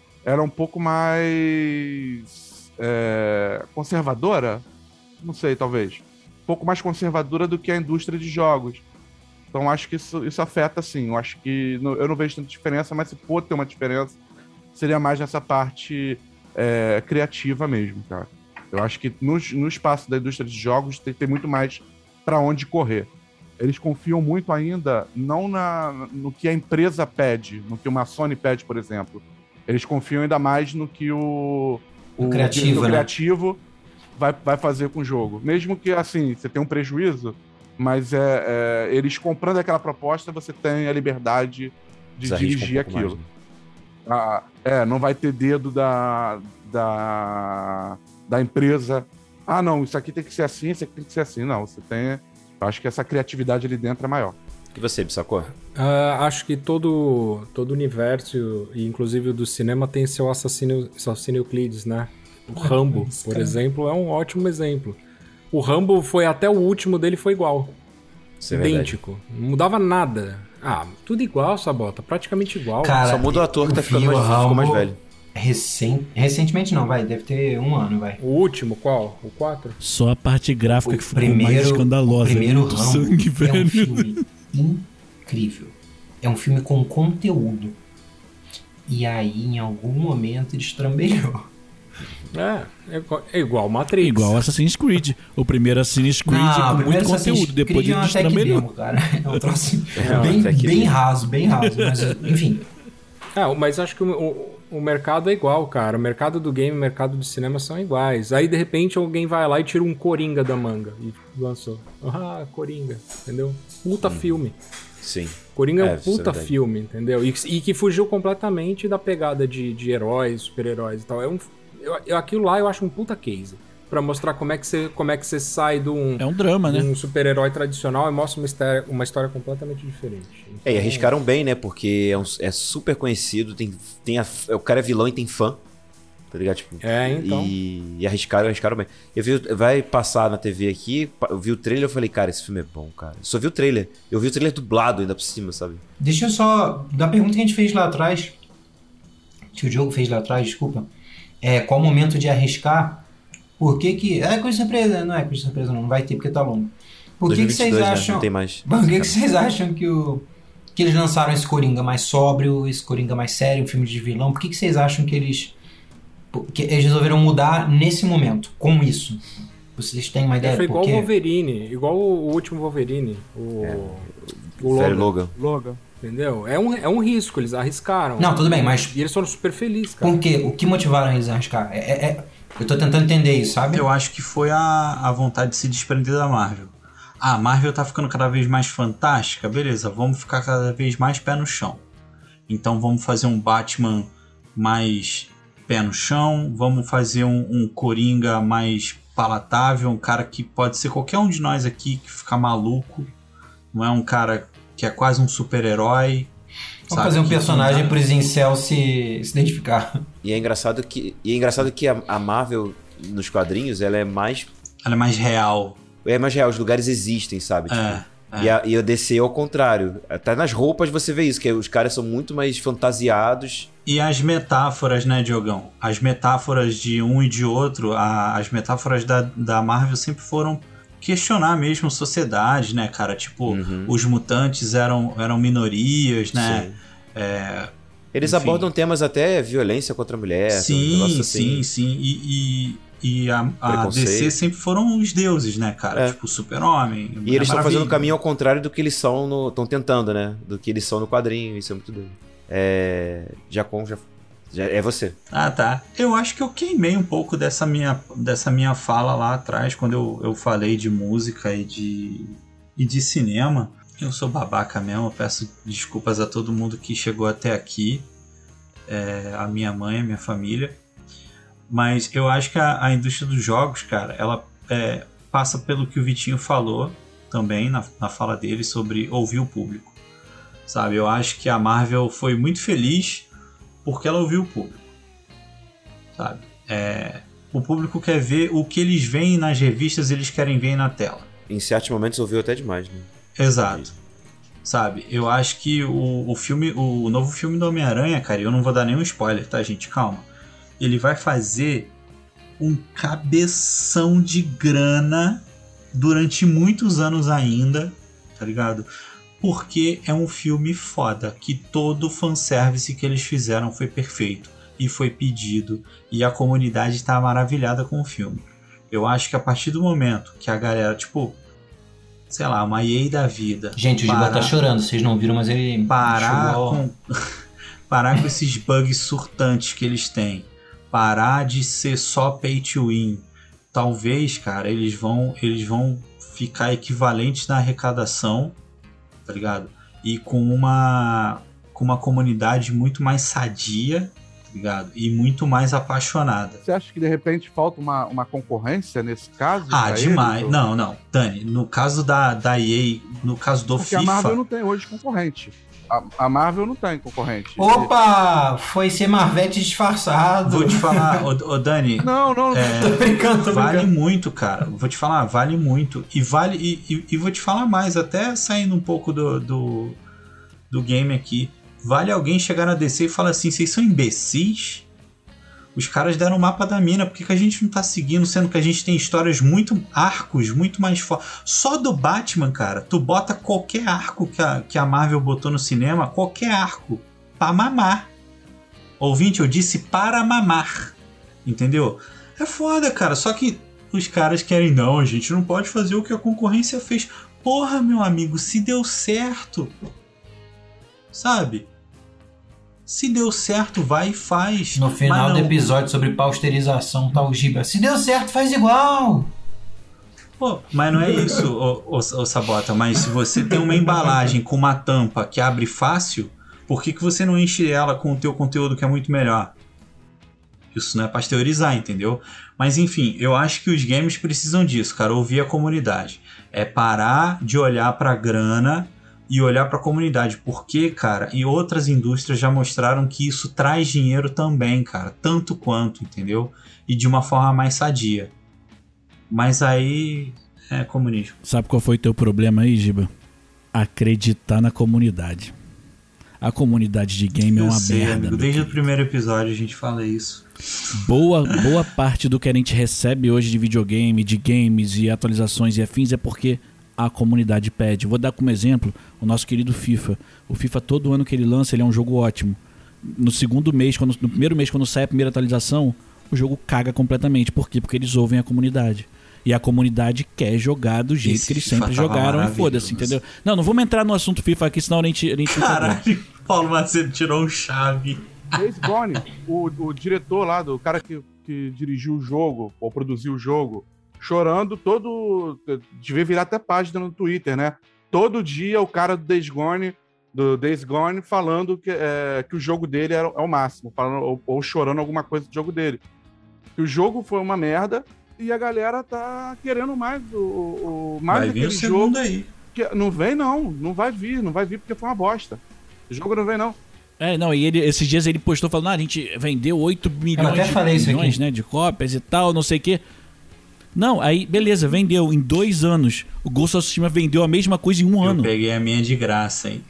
conservadora, não sei, talvez. Um pouco mais conservadora do que a indústria de jogos. Então acho que isso afeta, sim. Eu acho que eu não vejo tanta diferença, mas se for ter uma diferença, seria mais nessa parte criativa mesmo, cara. Eu acho que no espaço da indústria de jogos tem muito mais para onde correr. Eles confiam muito ainda, não no que a empresa pede, no que uma Sony pede, por exemplo. Eles confiam ainda mais no que o criativo vai fazer com o jogo. Mesmo que, assim, você tenha um prejuízo, mas eles comprando aquela proposta, você tem a liberdade de dirigir aquilo. Mais, né? Não vai ter dedo da empresa. Não, isso aqui tem que ser assim, isso aqui tem que ser assim. Não, você tem... Eu acho que essa criatividade ali dentro é maior. E você, Bissacor? Acho que todo o universo, e inclusive o do cinema, tem seu assassino Euclides, né? O Rambo, por exemplo, é um ótimo exemplo. O Rambo até o último dele foi igual. Isso é idêntico. Verdade. Não mudava nada. Tudo igual, Sabota. Praticamente igual. Cara, só muda o ator que tá ficou mais velho. Recentemente não, deve ter um ano, vai. O último, qual? O 4? Só a parte gráfica que ficou mais escandalosa. O primeiro Rambo sangue, velho. É um filme incrível. É um filme com conteúdo. E aí, em algum momento, ele estrambelhou. É igual Matrix. Igual Assassin's Creed. O primeiro Assassin's Creed com muito conteúdo. Depois ele estrambelhou. Cara. É um troço bem raso. Mas, enfim. Mas acho que o mercado é igual, cara. O mercado do game e o mercado do cinema são iguais. Aí, de repente, alguém vai lá e tira um Coringa da manga. E lançou. Coringa. Entendeu? Puta filme. Sim. Coringa é um puta filme, entendeu? E que fugiu completamente da pegada de heróis, super-heróis e tal. Aquilo lá eu acho um puta case. pra mostrar como é que você sai de um... É um drama, né? Um super-herói tradicional e mostra uma história completamente diferente. Então, E arriscaram bem, né? Porque é super conhecido, o cara é vilão e tem fã, tá ligado? Tipo, então. E arriscaram bem. Vai passar na TV aqui, eu vi o trailer e falei, cara, esse filme é bom, cara. Eu só vi o trailer. Eu vi o trailer dublado ainda por cima, sabe? Deixa eu só... Da pergunta que a gente fez lá atrás, que o Diogo fez lá atrás, desculpa. Qual o momento de arriscar? Por que... É coisa de surpresa, não é coisa de surpresa não vai ter porque tá longo. Por que 2022, vocês né? acham... Não tem mais. Por que vocês acham que eles lançaram esse Coringa mais sóbrio, esse Coringa mais sério, um filme de vilão? Por que vocês acham que eles resolveram mudar nesse momento? Com isso? Vocês têm uma ideia? Foi igual o Wolverine, igual o último Wolverine. O Logan. Entendeu? É um risco, eles arriscaram. Não, tudo bem, mas... E eles foram super felizes, cara. Por quê? O que motivaram eles a arriscar? Eu tô tentando entender isso, sabe? Eu acho que foi a vontade de se desprender da Marvel. A Marvel tá ficando cada vez mais fantástica, beleza, vamos ficar cada vez mais pé no chão. Então vamos fazer um Batman mais pé no chão, vamos fazer um Coringa mais palatável, um cara que pode ser qualquer um de nós aqui que fica maluco, não é um cara que é quase um super-herói. Vamos fazer um personagem para os incel se identificar. E é engraçado que a Marvel, nos quadrinhos, ela é mais real. É mais real, os lugares existem, sabe? E a DC é ao contrário. Até nas roupas você vê isso, que os caras são muito mais fantasiados. E as metáforas, né, Diogão? As metáforas de um e de outro, as metáforas da Marvel sempre foram questionar mesmo sociedade, né, cara? Tipo, os mutantes eram minorias, né? Eles enfim. abordam temas até violência contra a mulher. Sim, assim. sim. E a DC sempre foram os deuses, né, cara? Tipo, Super-Homem. E eles estão fazendo o caminho ao contrário do que eles são estão tentando, né? Do que eles são no quadrinho. Isso é muito doido. Já é você. Ah, tá. Eu acho que eu queimei um pouco dessa minha fala lá atrás, quando eu falei de música e de cinema. Eu sou babaca mesmo, eu peço desculpas a todo mundo que chegou até aqui. A minha mãe, a minha família. Mas eu acho que a indústria dos jogos, cara, ela passa pelo que o Vitinho falou também na fala dele sobre ouvir o público. Sabe, eu acho que a Marvel foi muito feliz porque ela ouviu o público. Sabe, o público quer ver o que eles veem nas revistas, eles querem ver na tela. Em certos momentos ouviu até demais, né? Exato. Sabe, eu acho que o novo filme do Homem-Aranha, cara, eu não vou dar nenhum spoiler, tá, gente? Calma. Ele vai fazer um cabeção de grana durante muitos anos ainda, tá ligado? Porque é um filme foda, que todo fanservice que eles fizeram foi perfeito e foi pedido, e a comunidade tá maravilhada com o filme. Eu acho que a partir do momento que a galera, tipo, sei lá, uma EA da vida... Gente, o Giba tá chorando, vocês não viram, mas ele... Parar com esses bugs surtantes que eles têm. Parar de ser só pay to win. Talvez, cara, eles vão ficar equivalentes na arrecadação, tá ligado? E com uma comunidade muito mais sadia, tá ligado? E muito mais apaixonada. Você acha que de repente falta uma concorrência nesse caso? Demais. Eles, Não, Dani, no caso da EA, no caso do porque FIFA... a Marvel não tem hoje concorrente. A Marvel não tem concorrente. Opa! Foi ser Marvete disfarçado. Vou te falar, ô Dani... Não. Tô brincando. Vale muito, cara. Vou te falar, vale muito. E vou te falar mais, até saindo um pouco do game aqui. Vale alguém chegar na DC e falar assim, vocês são imbecis? Os caras deram o mapa da mina, por que a gente não tá seguindo, sendo que a gente tem histórias arcos muito mais fortes. Só do Batman, cara, tu bota qualquer arco que a Marvel botou no cinema, qualquer arco, pra mamar. Ouvinte, eu disse para mamar, entendeu? É foda, cara, só que os caras querem, não, a gente não pode fazer o que a concorrência fez. Porra, meu amigo, se deu certo, sabe? Se deu certo, vai e faz. No final do episódio sobre pasteurização, tá o Giba. Se deu certo, faz igual. Pô, mas não é isso, ô Sabota. Mas se você tem uma embalagem com uma tampa que abre fácil, por que você não enche ela com o teu conteúdo que é muito melhor? Isso não é pasteurizar, entendeu? Mas enfim, eu acho que os games precisam disso, cara, ouvir a comunidade. É parar de olhar pra grana e olhar pra comunidade. Porque, cara, e outras indústrias já mostraram que isso traz dinheiro também, cara. Tanto quanto, entendeu? E de uma forma mais sadia. Mas aí é comunismo. Sabe qual foi o teu problema aí, Giba? Acreditar na comunidade. A comunidade de game é uma merda. Amigo, desde o primeiro episódio a gente fala isso. Boa parte do que a gente recebe hoje de videogame, de games e atualizações e afins é porque a comunidade pede. Vou dar como exemplo o nosso querido FIFA. O FIFA, todo ano que ele lança, ele é um jogo ótimo. No primeiro mês, quando sai a primeira atualização, o jogo caga completamente. Por quê? Porque eles ouvem a comunidade. E a comunidade quer jogar do jeito que eles sempre jogaram e foda-se, entendeu? Não vamos entrar no assunto FIFA aqui, senão a gente Caralho, Paulo Macedo tirou um chave. Days Gone, o diretor lá, do cara que dirigiu o jogo, ou produziu o jogo, chorando devia virar até página no Twitter, né? Todo dia o cara do Days Gone falando que o jogo dele é o máximo, falando, ou chorando alguma coisa do jogo dele. Que o jogo foi uma merda e a galera tá querendo mais mais daquele jogo. Aí. Que não vai vir porque foi uma bosta. O jogo não vem, não. E esses dias ele postou falando, a gente vendeu 8 milhões né, de cópias e tal, não sei o quê. Não, aí, beleza, vendeu. Em 2 anos, o Ghost of Tsushima vendeu a mesma coisa em 1 ano. Eu peguei a minha de graça, hein?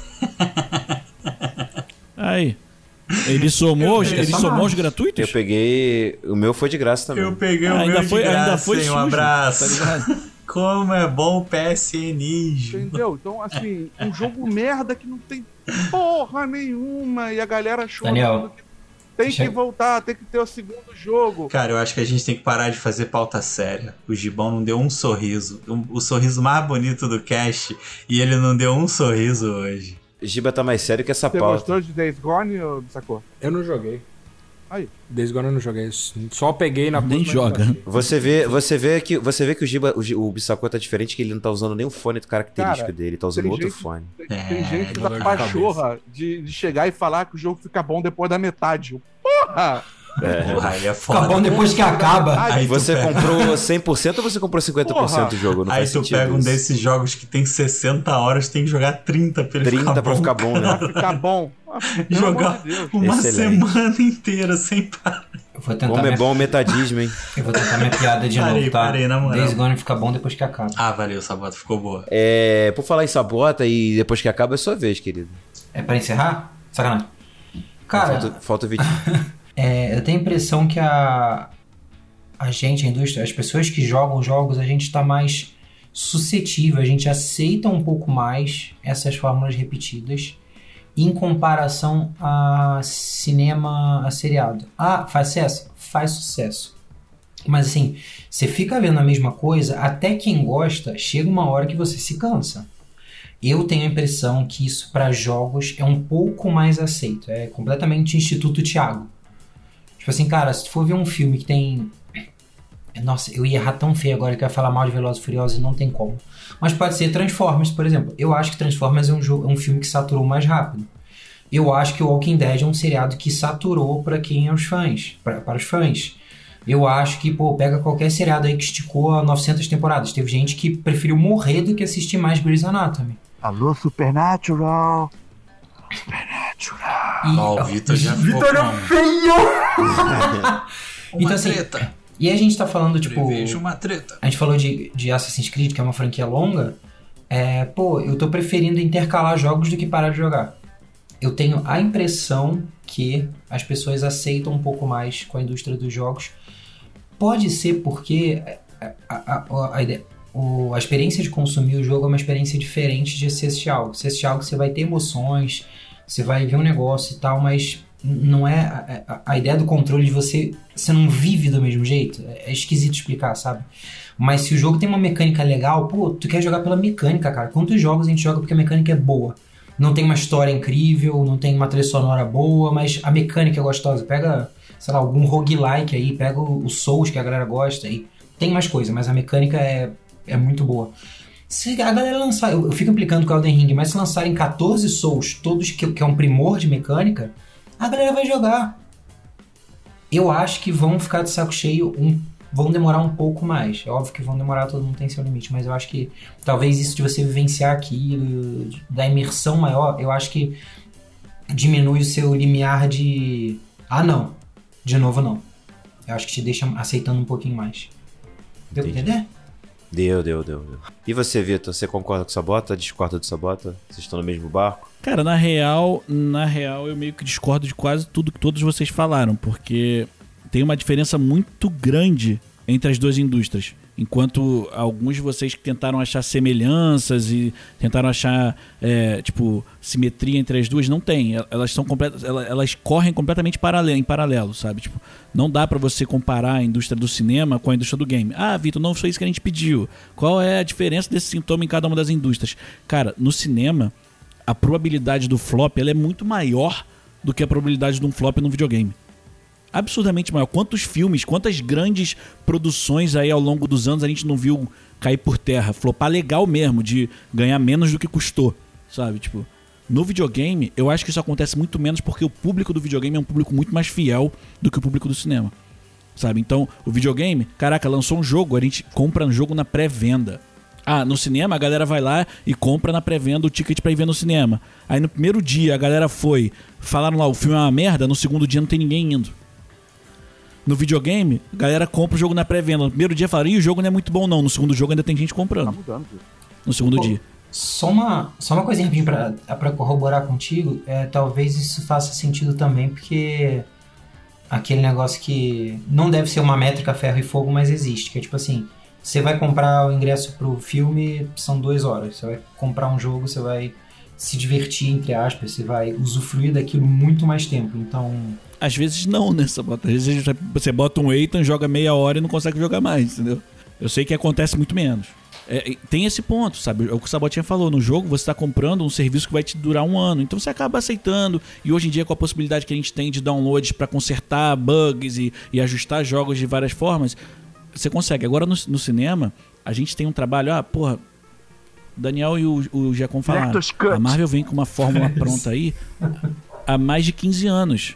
Aí. Ele somou os gratuitos? Eu peguei... O meu foi de graça também. Eu peguei o meu de graça, ainda foi hein? sujo, Um abraço. tá ligado? Como é bom o PSNismo. Entendeu? Então, assim, um jogo merda que não tem porra nenhuma e a galera chorando. Daniel, Tem que voltar, tem que ter o segundo jogo. Cara, eu acho que a gente tem que parar de fazer pauta séria. O Gibão não deu um sorriso. O sorriso mais bonito do cast. E ele não deu um sorriso hoje. Giba tá mais sério que essa Você pauta. gostou de Days Gone ou sacou? Eu não joguei. Aí. Days Gone eu não joguei. Só peguei na Nem joga. Você vê que o Giba, o Bissacô tá diferente, que ele não tá usando nem o fone característico Cara, dele, ele tá usando outro fone. Tem gente que dor tá de pachorra de chegar e falar que o jogo fica bom depois da metade. Porra! Porra, aí é foda. Fica bom depois que acaba. Aí Você tu pega- comprou 100% ou você comprou 50% do jogo? Não Aí faz tu sentido pega um isso. desses jogos que tem 60 horas, tem que jogar 30 pra ele 30 pra ficar bom, né? Vai ficar bom. Pelo Jogar amor de Deus. uma Excelente. semana inteira sem parar. Eu vou tentar Como é minha- bom o metadismo, hein? Eu vou tentar minha piada de Parei, novo, tá? parei, na moral. Days Gone fica bom depois que acaba. Ah, valeu, Sabota, ficou boa. Por falar em sabota e depois que acaba é sua vez, querido. É pra encerrar? Sacanagem. Cara, Falta o Vitinho. eu tenho a impressão que a gente, a indústria, as pessoas que jogam jogos, a gente tá mais suscetível, a gente aceita um pouco mais essas fórmulas repetidas em comparação a cinema, a seriado. Ah, faz sucesso? Faz sucesso. Mas assim, você fica vendo a mesma coisa, até quem gosta, chega uma hora que você se cansa. Eu tenho a impressão que isso para jogos é um pouco mais aceito. É completamente Instituto Thiago. Tipo assim, cara, se tu for ver um filme que tem... Nossa, eu ia errar tão feio agora que eu ia falar mal de Velozes e Furiosos e não tem como. Mas pode ser Transformers, por exemplo. Eu acho que Transformers é um filme que saturou mais rápido. Eu acho que o Walking Dead é um seriado que saturou para quem é os fãs, para os fãs. Eu acho que, pega qualquer seriado aí que esticou a 900 temporadas. Teve gente que preferiu morrer do que assistir mais Grey's Anatomy. Alô, Supernatural. Ó, o Vitor já ficou Então, assim, treta. e a gente tá falando, tipo... Prevejo uma treta. A gente falou de Assassin's Creed, que é uma franquia longa. Eu tô preferindo intercalar jogos do que parar de jogar. Eu tenho a impressão que as pessoas aceitam um pouco mais com a indústria dos jogos. Pode ser porque a experiência de consumir o jogo é uma experiência diferente de assistir algo. Você assistir algo, você vai ter emoções, você vai ver um negócio e tal, mas não é a ideia do controle de você não vive do mesmo jeito. É esquisito explicar, sabe? Mas se o jogo tem uma mecânica legal, tu quer jogar pela mecânica, cara. Quantos jogos a gente joga porque a mecânica é boa? Não tem uma história incrível, não tem uma trilha sonora boa, mas a mecânica é gostosa. Pega, sei lá, algum roguelike aí, pega o Souls que a galera gosta aí. Tem mais coisa, mas a mecânica é muito boa. Se a galera lançar, eu fico implicando com o Elden Ring, mas se lançarem 14 Souls, todos que é um primor de mecânica, a galera vai jogar. Eu acho que vão ficar de saco cheio, vão demorar um pouco mais. É óbvio que vão demorar, todo mundo tem seu limite, mas eu acho que talvez isso de você vivenciar aquilo, da imersão maior, eu acho que diminui o seu limiar de... Ah, não. De novo, não. Eu acho que te deixa aceitando um pouquinho mais. Deu pra entender? Deu. E você, Vitor, você concorda com o Sabota? Discorda do Sabota? Vocês estão no mesmo barco? Cara, na real, eu meio que discordo de quase tudo que todos vocês falaram, porque tem uma diferença muito grande entre as duas indústrias. Enquanto alguns de vocês tentaram achar semelhanças e tentaram achar, simetria entre as duas, não tem. Elas correm completamente em paralelo, sabe? Tipo, não dá pra você comparar a indústria do cinema com a indústria do game. Ah, Vitor, não foi isso que a gente pediu. Qual é a diferença desse sintoma em cada uma das indústrias? Cara, no cinema, a probabilidade do flop ela é muito maior do que a probabilidade de um flop no videogame. Absurdamente maior. Quantos filmes, quantas grandes produções aí ao longo dos anos a gente não viu cair por terra, flopar legal mesmo, de ganhar menos do que custou, sabe? Tipo, no videogame, eu acho que isso acontece muito menos porque o público do videogame é um público muito mais fiel do que o público do cinema, sabe? Então, o videogame, caraca, lançou um jogo, a gente compra um jogo na pré-venda. Ah, no cinema a galera vai lá e compra na pré-venda o ticket pra ir ver no cinema. Aí no primeiro dia a galera falaram lá, o filme é uma merda, no segundo dia não tem ninguém indo. No videogame, a galera compra o jogo na pré-venda. No primeiro dia falaram, o jogo não é muito bom não. No segundo jogo ainda tem gente comprando. Tá mudando. No segundo dia. Só uma coisinha rapidinho pra corroborar contigo. Talvez isso faça sentido também, porque aquele negócio que não deve ser uma métrica ferro e fogo, mas existe. Que é tipo assim, você vai comprar o ingresso pro filme, são 2 horas. Você vai comprar um jogo, você vai se divertir, entre aspas. Você vai usufruir daquilo muito mais tempo. Então... Às vezes não, né, Sabota? Às vezes você bota um Eitan, joga meia hora e não consegue jogar mais, entendeu? Eu sei que acontece muito menos. Tem esse ponto, sabe? É o que o Sabotinha falou. No jogo você está comprando um serviço que vai te durar 1 ano. Então você acaba aceitando. E hoje em dia, com a possibilidade que a gente tem de downloads para consertar bugs e ajustar jogos de várias formas, você consegue. Agora no cinema, a gente tem um trabalho... o Daniel e o Giacom falaram. A Marvel vem com uma fórmula pronta aí há mais de 15 anos.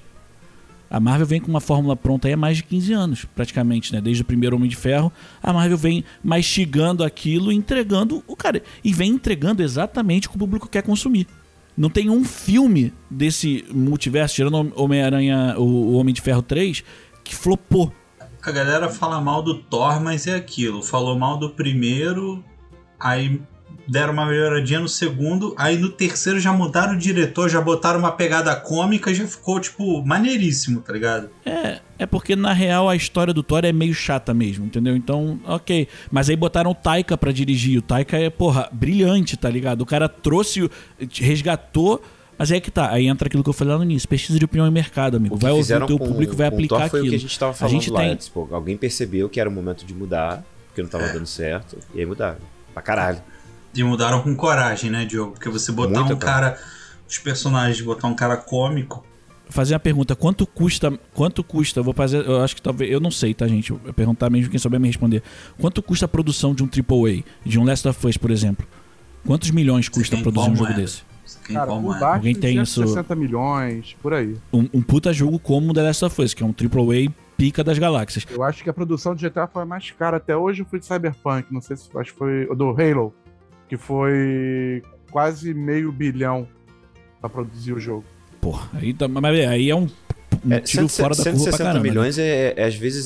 A Marvel vem com uma fórmula pronta aí há mais de 15 anos, praticamente, né? Desde o primeiro Homem de Ferro, a Marvel vem mastigando aquilo, entregando o cara. E vem entregando exatamente o que o público quer consumir. Não tem um filme desse multiverso, tirando Homem-Aranha, o Homem de Ferro 3, que flopou. A galera fala mal do Thor, mas é aquilo. Falou mal do primeiro, aí deram uma melhoradinha no segundo, aí no terceiro já mudaram o diretor, já botaram uma pegada cômica e já ficou, maneiríssimo, tá ligado? É porque na real a história do Thor é meio chata mesmo, entendeu? Então, ok. Mas aí botaram o Taika pra dirigir. O Taika é, brilhante, tá ligado? O cara trouxe, resgatou, mas é que tá. Aí entra aquilo que eu falei lá no início. Pesquisa de opinião e mercado, amigo. Vai ouvir o teu público, vai aplicar aquilo. Foi o que a gente tava falando lá. Alguém percebeu que era o momento de mudar, porque não tava dando certo, e aí mudaram. Pra caralho. E mudaram com coragem, né, Diogo? Porque você botar os personagens, botar um cara cômico. Fazer uma pergunta, quanto custa? Eu vou fazer, eu acho que talvez, eu não sei, tá, gente? Eu vou perguntar mesmo quem souber me responder. Quanto custa a produção de um AAA, de um Last of Us, por exemplo? Quantos milhões custa produzir um jogo desse? Cara, alguém tem isso? 60 milhões, por aí. Um puta jogo como o The Last of Us, que é um AAA pica das galáxias. Eu acho que a produção de GTA foi a mais cara. Até hoje eu fui de Cyberpunk, não sei se acho que foi do Halo, que foi quase $500 milhão pra produzir o jogo. Porra, aí é um tiro fora da curva pra caramba. 160 milhões às vezes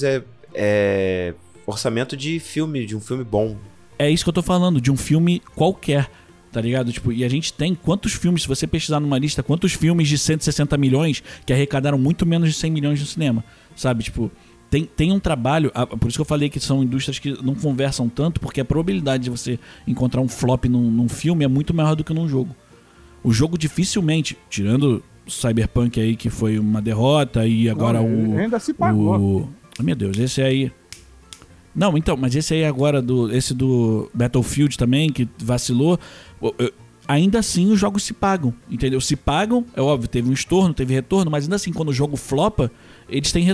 é orçamento de filme, de um filme bom. É isso que eu tô falando, de um filme qualquer, tá ligado? E a gente tem quantos filmes, se você pesquisar numa lista, quantos filmes de 160 milhões que arrecadaram muito menos de 100 milhões no cinema, sabe? Tem um trabalho, por isso que eu falei que são indústrias que não conversam tanto, porque a probabilidade de você encontrar um flop num filme é muito maior do que num jogo. O jogo dificilmente, tirando Cyberpunk aí, que foi uma derrota, e agora ainda se pagou. Meu Deus, esse aí... Não, então, mas esse aí agora, esse do Battlefield também, que vacilou, ainda assim os jogos se pagam, entendeu? Se pagam, é óbvio, teve um estorno, teve retorno, mas ainda assim, quando o jogo flopa, eles têm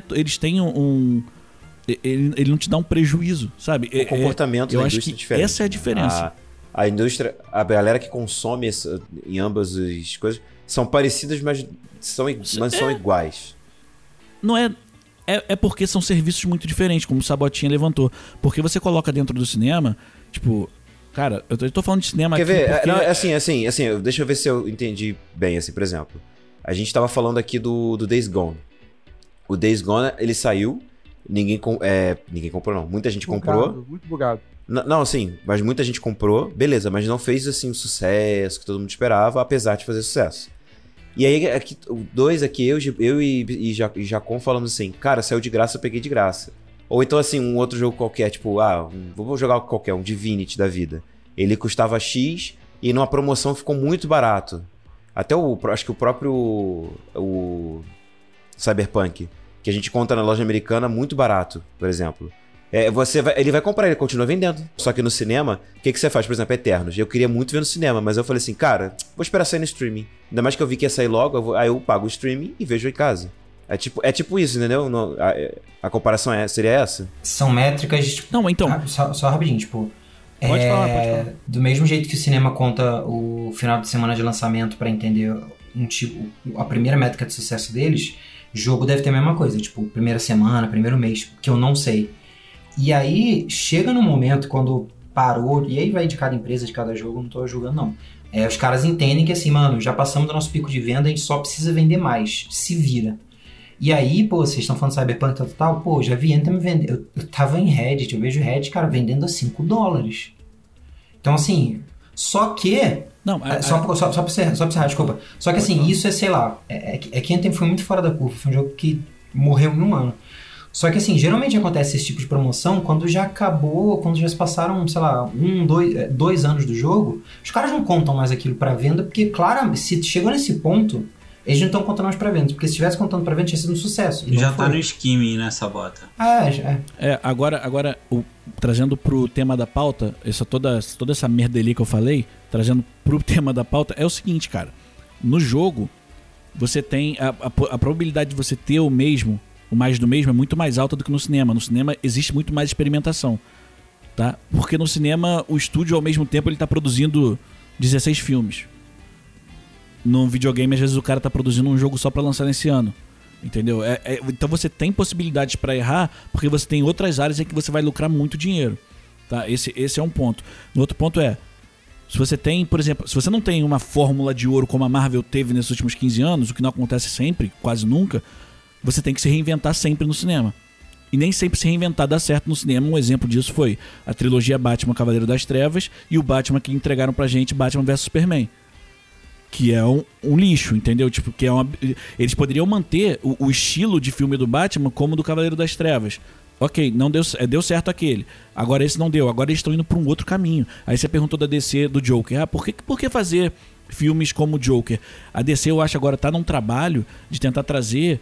ele não te dá um prejuízo, sabe? O comportamento da indústria é diferente. Essa é a diferença. A indústria, a galera que consome em ambas as coisas são parecidas, mas são iguais. Não é... É porque são serviços muito diferentes, como o Sabotinha levantou. Porque você coloca dentro do cinema, tipo... Cara, eu tô falando de cinema Quer aqui ver? porque... Não, assim, deixa eu ver se eu entendi bem, assim, por exemplo. A gente tava falando aqui do Days Gone. O Days Gone, ele saiu, ninguém comprou não, muita gente comprou. Muito bugado. Não, assim, mas muita gente comprou, beleza, mas não fez, assim, o sucesso que todo mundo esperava, apesar de fazer sucesso. E aí, aqui, dois aqui, eu e Jacon falamos assim, cara, saiu de graça, eu peguei de graça. Ou então, assim, um outro jogo qualquer, tipo, vou jogar qualquer, um Divinity da vida. Ele custava X e numa promoção ficou muito barato. Até acho que o próprio Cyberpunk, que a gente conta na loja americana, muito barato, por exemplo. Ele vai comprar, ele continua vendendo. Só que no cinema, o que você faz? Por exemplo, Eternos. Eu queria muito ver no cinema, mas eu falei assim, cara, vou esperar sair no streaming. Ainda mais que eu vi que ia sair logo, aí eu pago o streaming e vejo em casa. É tipo isso, entendeu? A comparação seria essa? São métricas... Não, então... Só rapidinho, tipo... Pode falar. Do mesmo jeito que o cinema conta o final de semana de lançamento pra entender a primeira métrica de sucesso deles, jogo deve ter a mesma coisa, tipo, primeira semana, primeiro mês, que eu não sei. E aí, chega no momento quando parou, e aí vai de cada empresa, de cada jogo, não tô julgando não. Os caras entendem que assim, mano, já passamos do nosso pico de venda, a gente só precisa vender mais, se vira. E aí, pô, vocês estão falando de Cyberpunk e tal, pô, já vi Anthem vendendo. Eu tava em Reddit, eu vejo Reddit, cara, vendendo a $5. Então, assim, só que... Não, só pra encerrar, desculpa. Só que, assim, isso sei lá, que Anthem foi muito fora da curva, foi um jogo que morreu em um ano. Só que, assim, geralmente acontece esse tipo de promoção quando já acabou, quando já se passaram, sei lá, 2 anos do jogo, os caras não contam mais aquilo pra venda, porque, claro, se chegou nesse ponto... Eles não estão contando mais pra vendas, porque se estivesse contando pra vendas tinha sido um sucesso. Já tá no skimming, né, Sabota? Agora trazendo pro tema da pauta, toda essa merda ali que eu falei, trazendo pro tema da pauta, é o seguinte, cara. No jogo, você tem a probabilidade de você ter o mais do mesmo é muito mais alta do que no cinema. No cinema existe muito mais experimentação, tá? Porque no cinema o estúdio ao mesmo tempo ele tá produzindo 16 filmes. No videogame, às vezes, o cara tá produzindo um jogo só pra lançar nesse ano. Entendeu? Então você tem possibilidades pra errar, porque você tem outras áreas em que você vai lucrar muito dinheiro. Tá? Esse é um ponto. No outro ponto se você tem, por exemplo, se você não tem uma fórmula de ouro como a Marvel teve nesses últimos 15 anos, o que não acontece sempre, quase nunca, você tem que se reinventar sempre no cinema. E nem sempre se reinventar dá certo no cinema. Um exemplo disso foi a trilogia Batman Cavaleiro das Trevas e o Batman que entregaram pra gente, Batman vs Superman. Que é um lixo, entendeu? Tipo, eles poderiam manter o estilo de filme do Batman como do Cavaleiro das Trevas. Ok, não deu certo aquele. Agora esse não deu. Agora eles estão indo para um outro caminho. Aí você perguntou da DC, do Joker. Por que fazer filmes como o Joker? A DC, eu acho, agora tá num trabalho de tentar trazer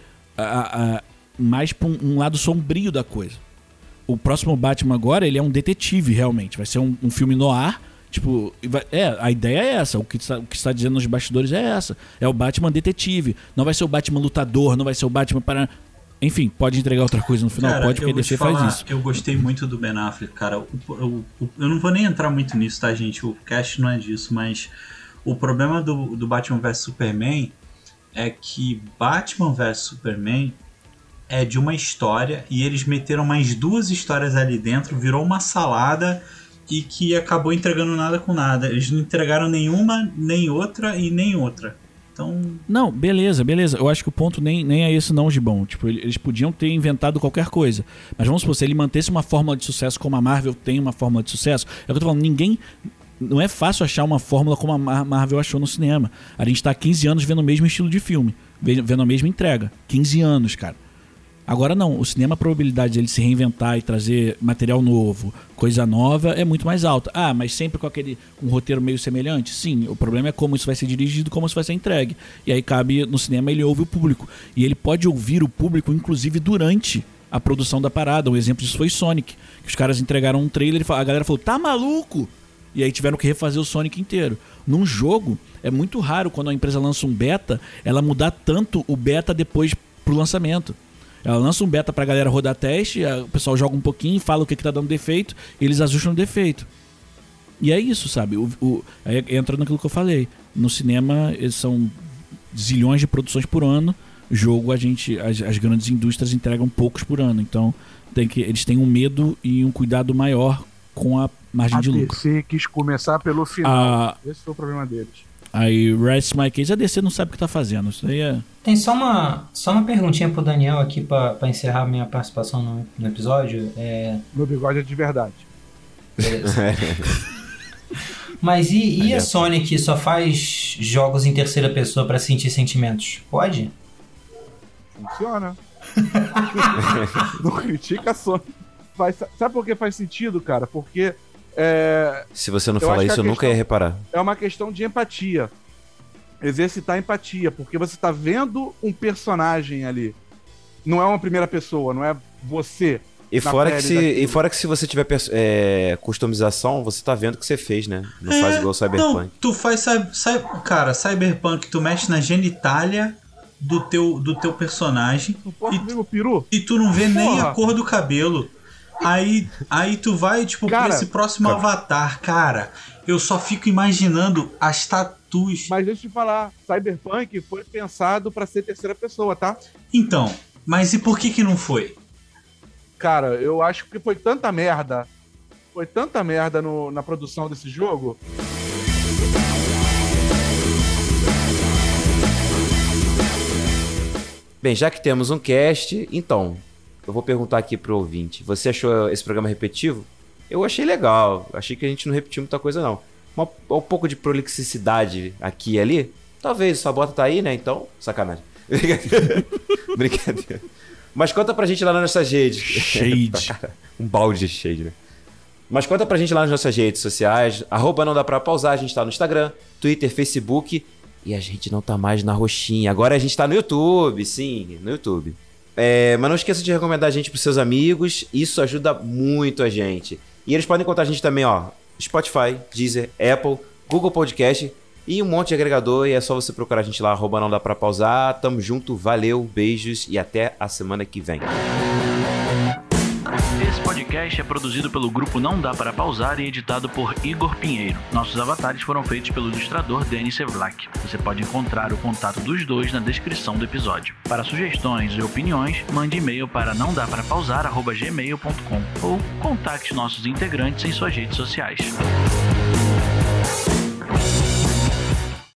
mais para um lado sombrio da coisa. O próximo Batman agora, ele é um detetive, realmente. Vai ser um filme noir. Tipo, a ideia é essa, o que está dizendo nos bastidores é essa. É o Batman detetive. Não vai ser o Batman lutador, não vai ser o Batman para... Enfim, pode entregar outra coisa no final, cara, pode, porque a DC faz isso. Eu gostei muito do Ben Affleck, cara. Eu não vou nem entrar muito nisso, tá, gente? O cast não é disso, mas o problema do Batman vs Superman é que Batman vs Superman é de uma história e eles meteram mais 2 histórias ali dentro, virou uma salada... E que acabou entregando nada com nada. Eles não entregaram nenhuma, nem outra e nem outra. Então... Não, beleza. Eu acho que o ponto nem é esse não, Gibão. Tipo, eles podiam ter inventado qualquer coisa. Mas vamos supor, se ele mantesse uma fórmula de sucesso como a Marvel tem uma fórmula de sucesso... É o que eu tô falando, não é fácil achar uma fórmula como a Marvel achou no cinema. A gente tá há 15 anos vendo o mesmo estilo de filme. Vendo a mesma entrega. 15 anos, cara. Agora não, o cinema, a probabilidade de ele se reinventar e trazer material novo, coisa nova, é muito mais alta. Mas sempre com um roteiro meio semelhante? Sim, o problema é como isso vai ser dirigido, como isso vai ser entregue. E aí cabe, no cinema, ele ouve o público. E ele pode ouvir o público, inclusive, durante a produção da parada. Um exemplo disso foi Sonic. Que os caras entregaram um trailer e a galera falou, tá maluco? E aí tiveram que refazer o Sonic inteiro. Num jogo, é muito raro quando a empresa lança um beta, ela mudar tanto o beta depois pro lançamento. Ela lança um beta pra galera rodar teste, o pessoal joga um pouquinho, fala o que tá dando defeito, eles ajustam o defeito. E é isso, sabe? Aí entra naquilo que eu falei. No cinema, são zilhões de produções por ano. jogo as grandes indústrias entregam poucos por ano. Então eles têm um medo e um cuidado maior com a margem de lucro. A DC quis começar pelo final. Esse foi o problema deles. Aí, rest my case, a DC não sabe o que tá fazendo. Isso aí é... Tem só uma perguntinha pro Daniel aqui pra encerrar minha participação no episódio. Meu bigode é de verdade. Beleza. Mas e a Sony que só faz jogos em terceira pessoa pra sentir sentimentos? Pode? Funciona. Não critica a Sony. Sabe por que faz sentido, cara? Porque... Se você não falar isso, eu nunca ia reparar. É uma questão de empatia. Exercitar empatia, porque você tá vendo um personagem ali. Não é uma primeira pessoa, não é você. E fora que se você tiver customização, você tá vendo o que você fez, né? Não faz igual o Cyberpunk. Não, tu faz... Cara, Cyberpunk, tu mexe na genitália do teu personagem. Não posso ver o peru? E tu não vê nem a cor do cabelo. Aí tu vai, tipo, pra esse próximo avatar, cara. Eu só fico imaginando as tatuas. Mas deixa eu te falar, Cyberpunk foi pensado pra ser terceira pessoa, tá? Então, mas e por que não foi? Cara, eu acho que foi tanta merda na produção desse jogo. Bem, já que temos um cast, então... Eu vou perguntar aqui pro ouvinte. Você achou esse programa repetitivo? Eu achei legal. Achei que a gente não repetiu muita coisa, não. Um pouco de prolixicidade aqui e ali. Talvez, sua bota tá aí, né? Então, sacanagem. Brincadeira. Mas conta pra gente lá nas nossas redes. Shade. Um balde de shade, né? Mas conta pra gente lá nas nossas redes sociais. @não dá pra pausar. A gente tá no Instagram, Twitter, Facebook. E a gente não tá mais na roxinha. Agora a gente tá no YouTube, sim, no YouTube. Mas não esqueça de recomendar a gente pros seus amigos. Isso ajuda muito a gente. E eles podem encontrar a gente também, ó, Spotify, Deezer, Apple, Google Podcast e um monte de agregador. E é só você procurar a gente lá, @não dá pra pausar. Tamo junto, valeu, beijos e até a semana que vem. Esse podcast é produzido pelo grupo Não Dá Para Pausar e editado por Igor Pinheiro. Nossos avatares foram feitos pelo ilustrador Denis Sevlak. Você pode encontrar o contato dos dois na descrição do episódio. Para sugestões e opiniões, mande e-mail para nãodaprapausar@gmail.com ou contacte nossos integrantes em suas redes sociais.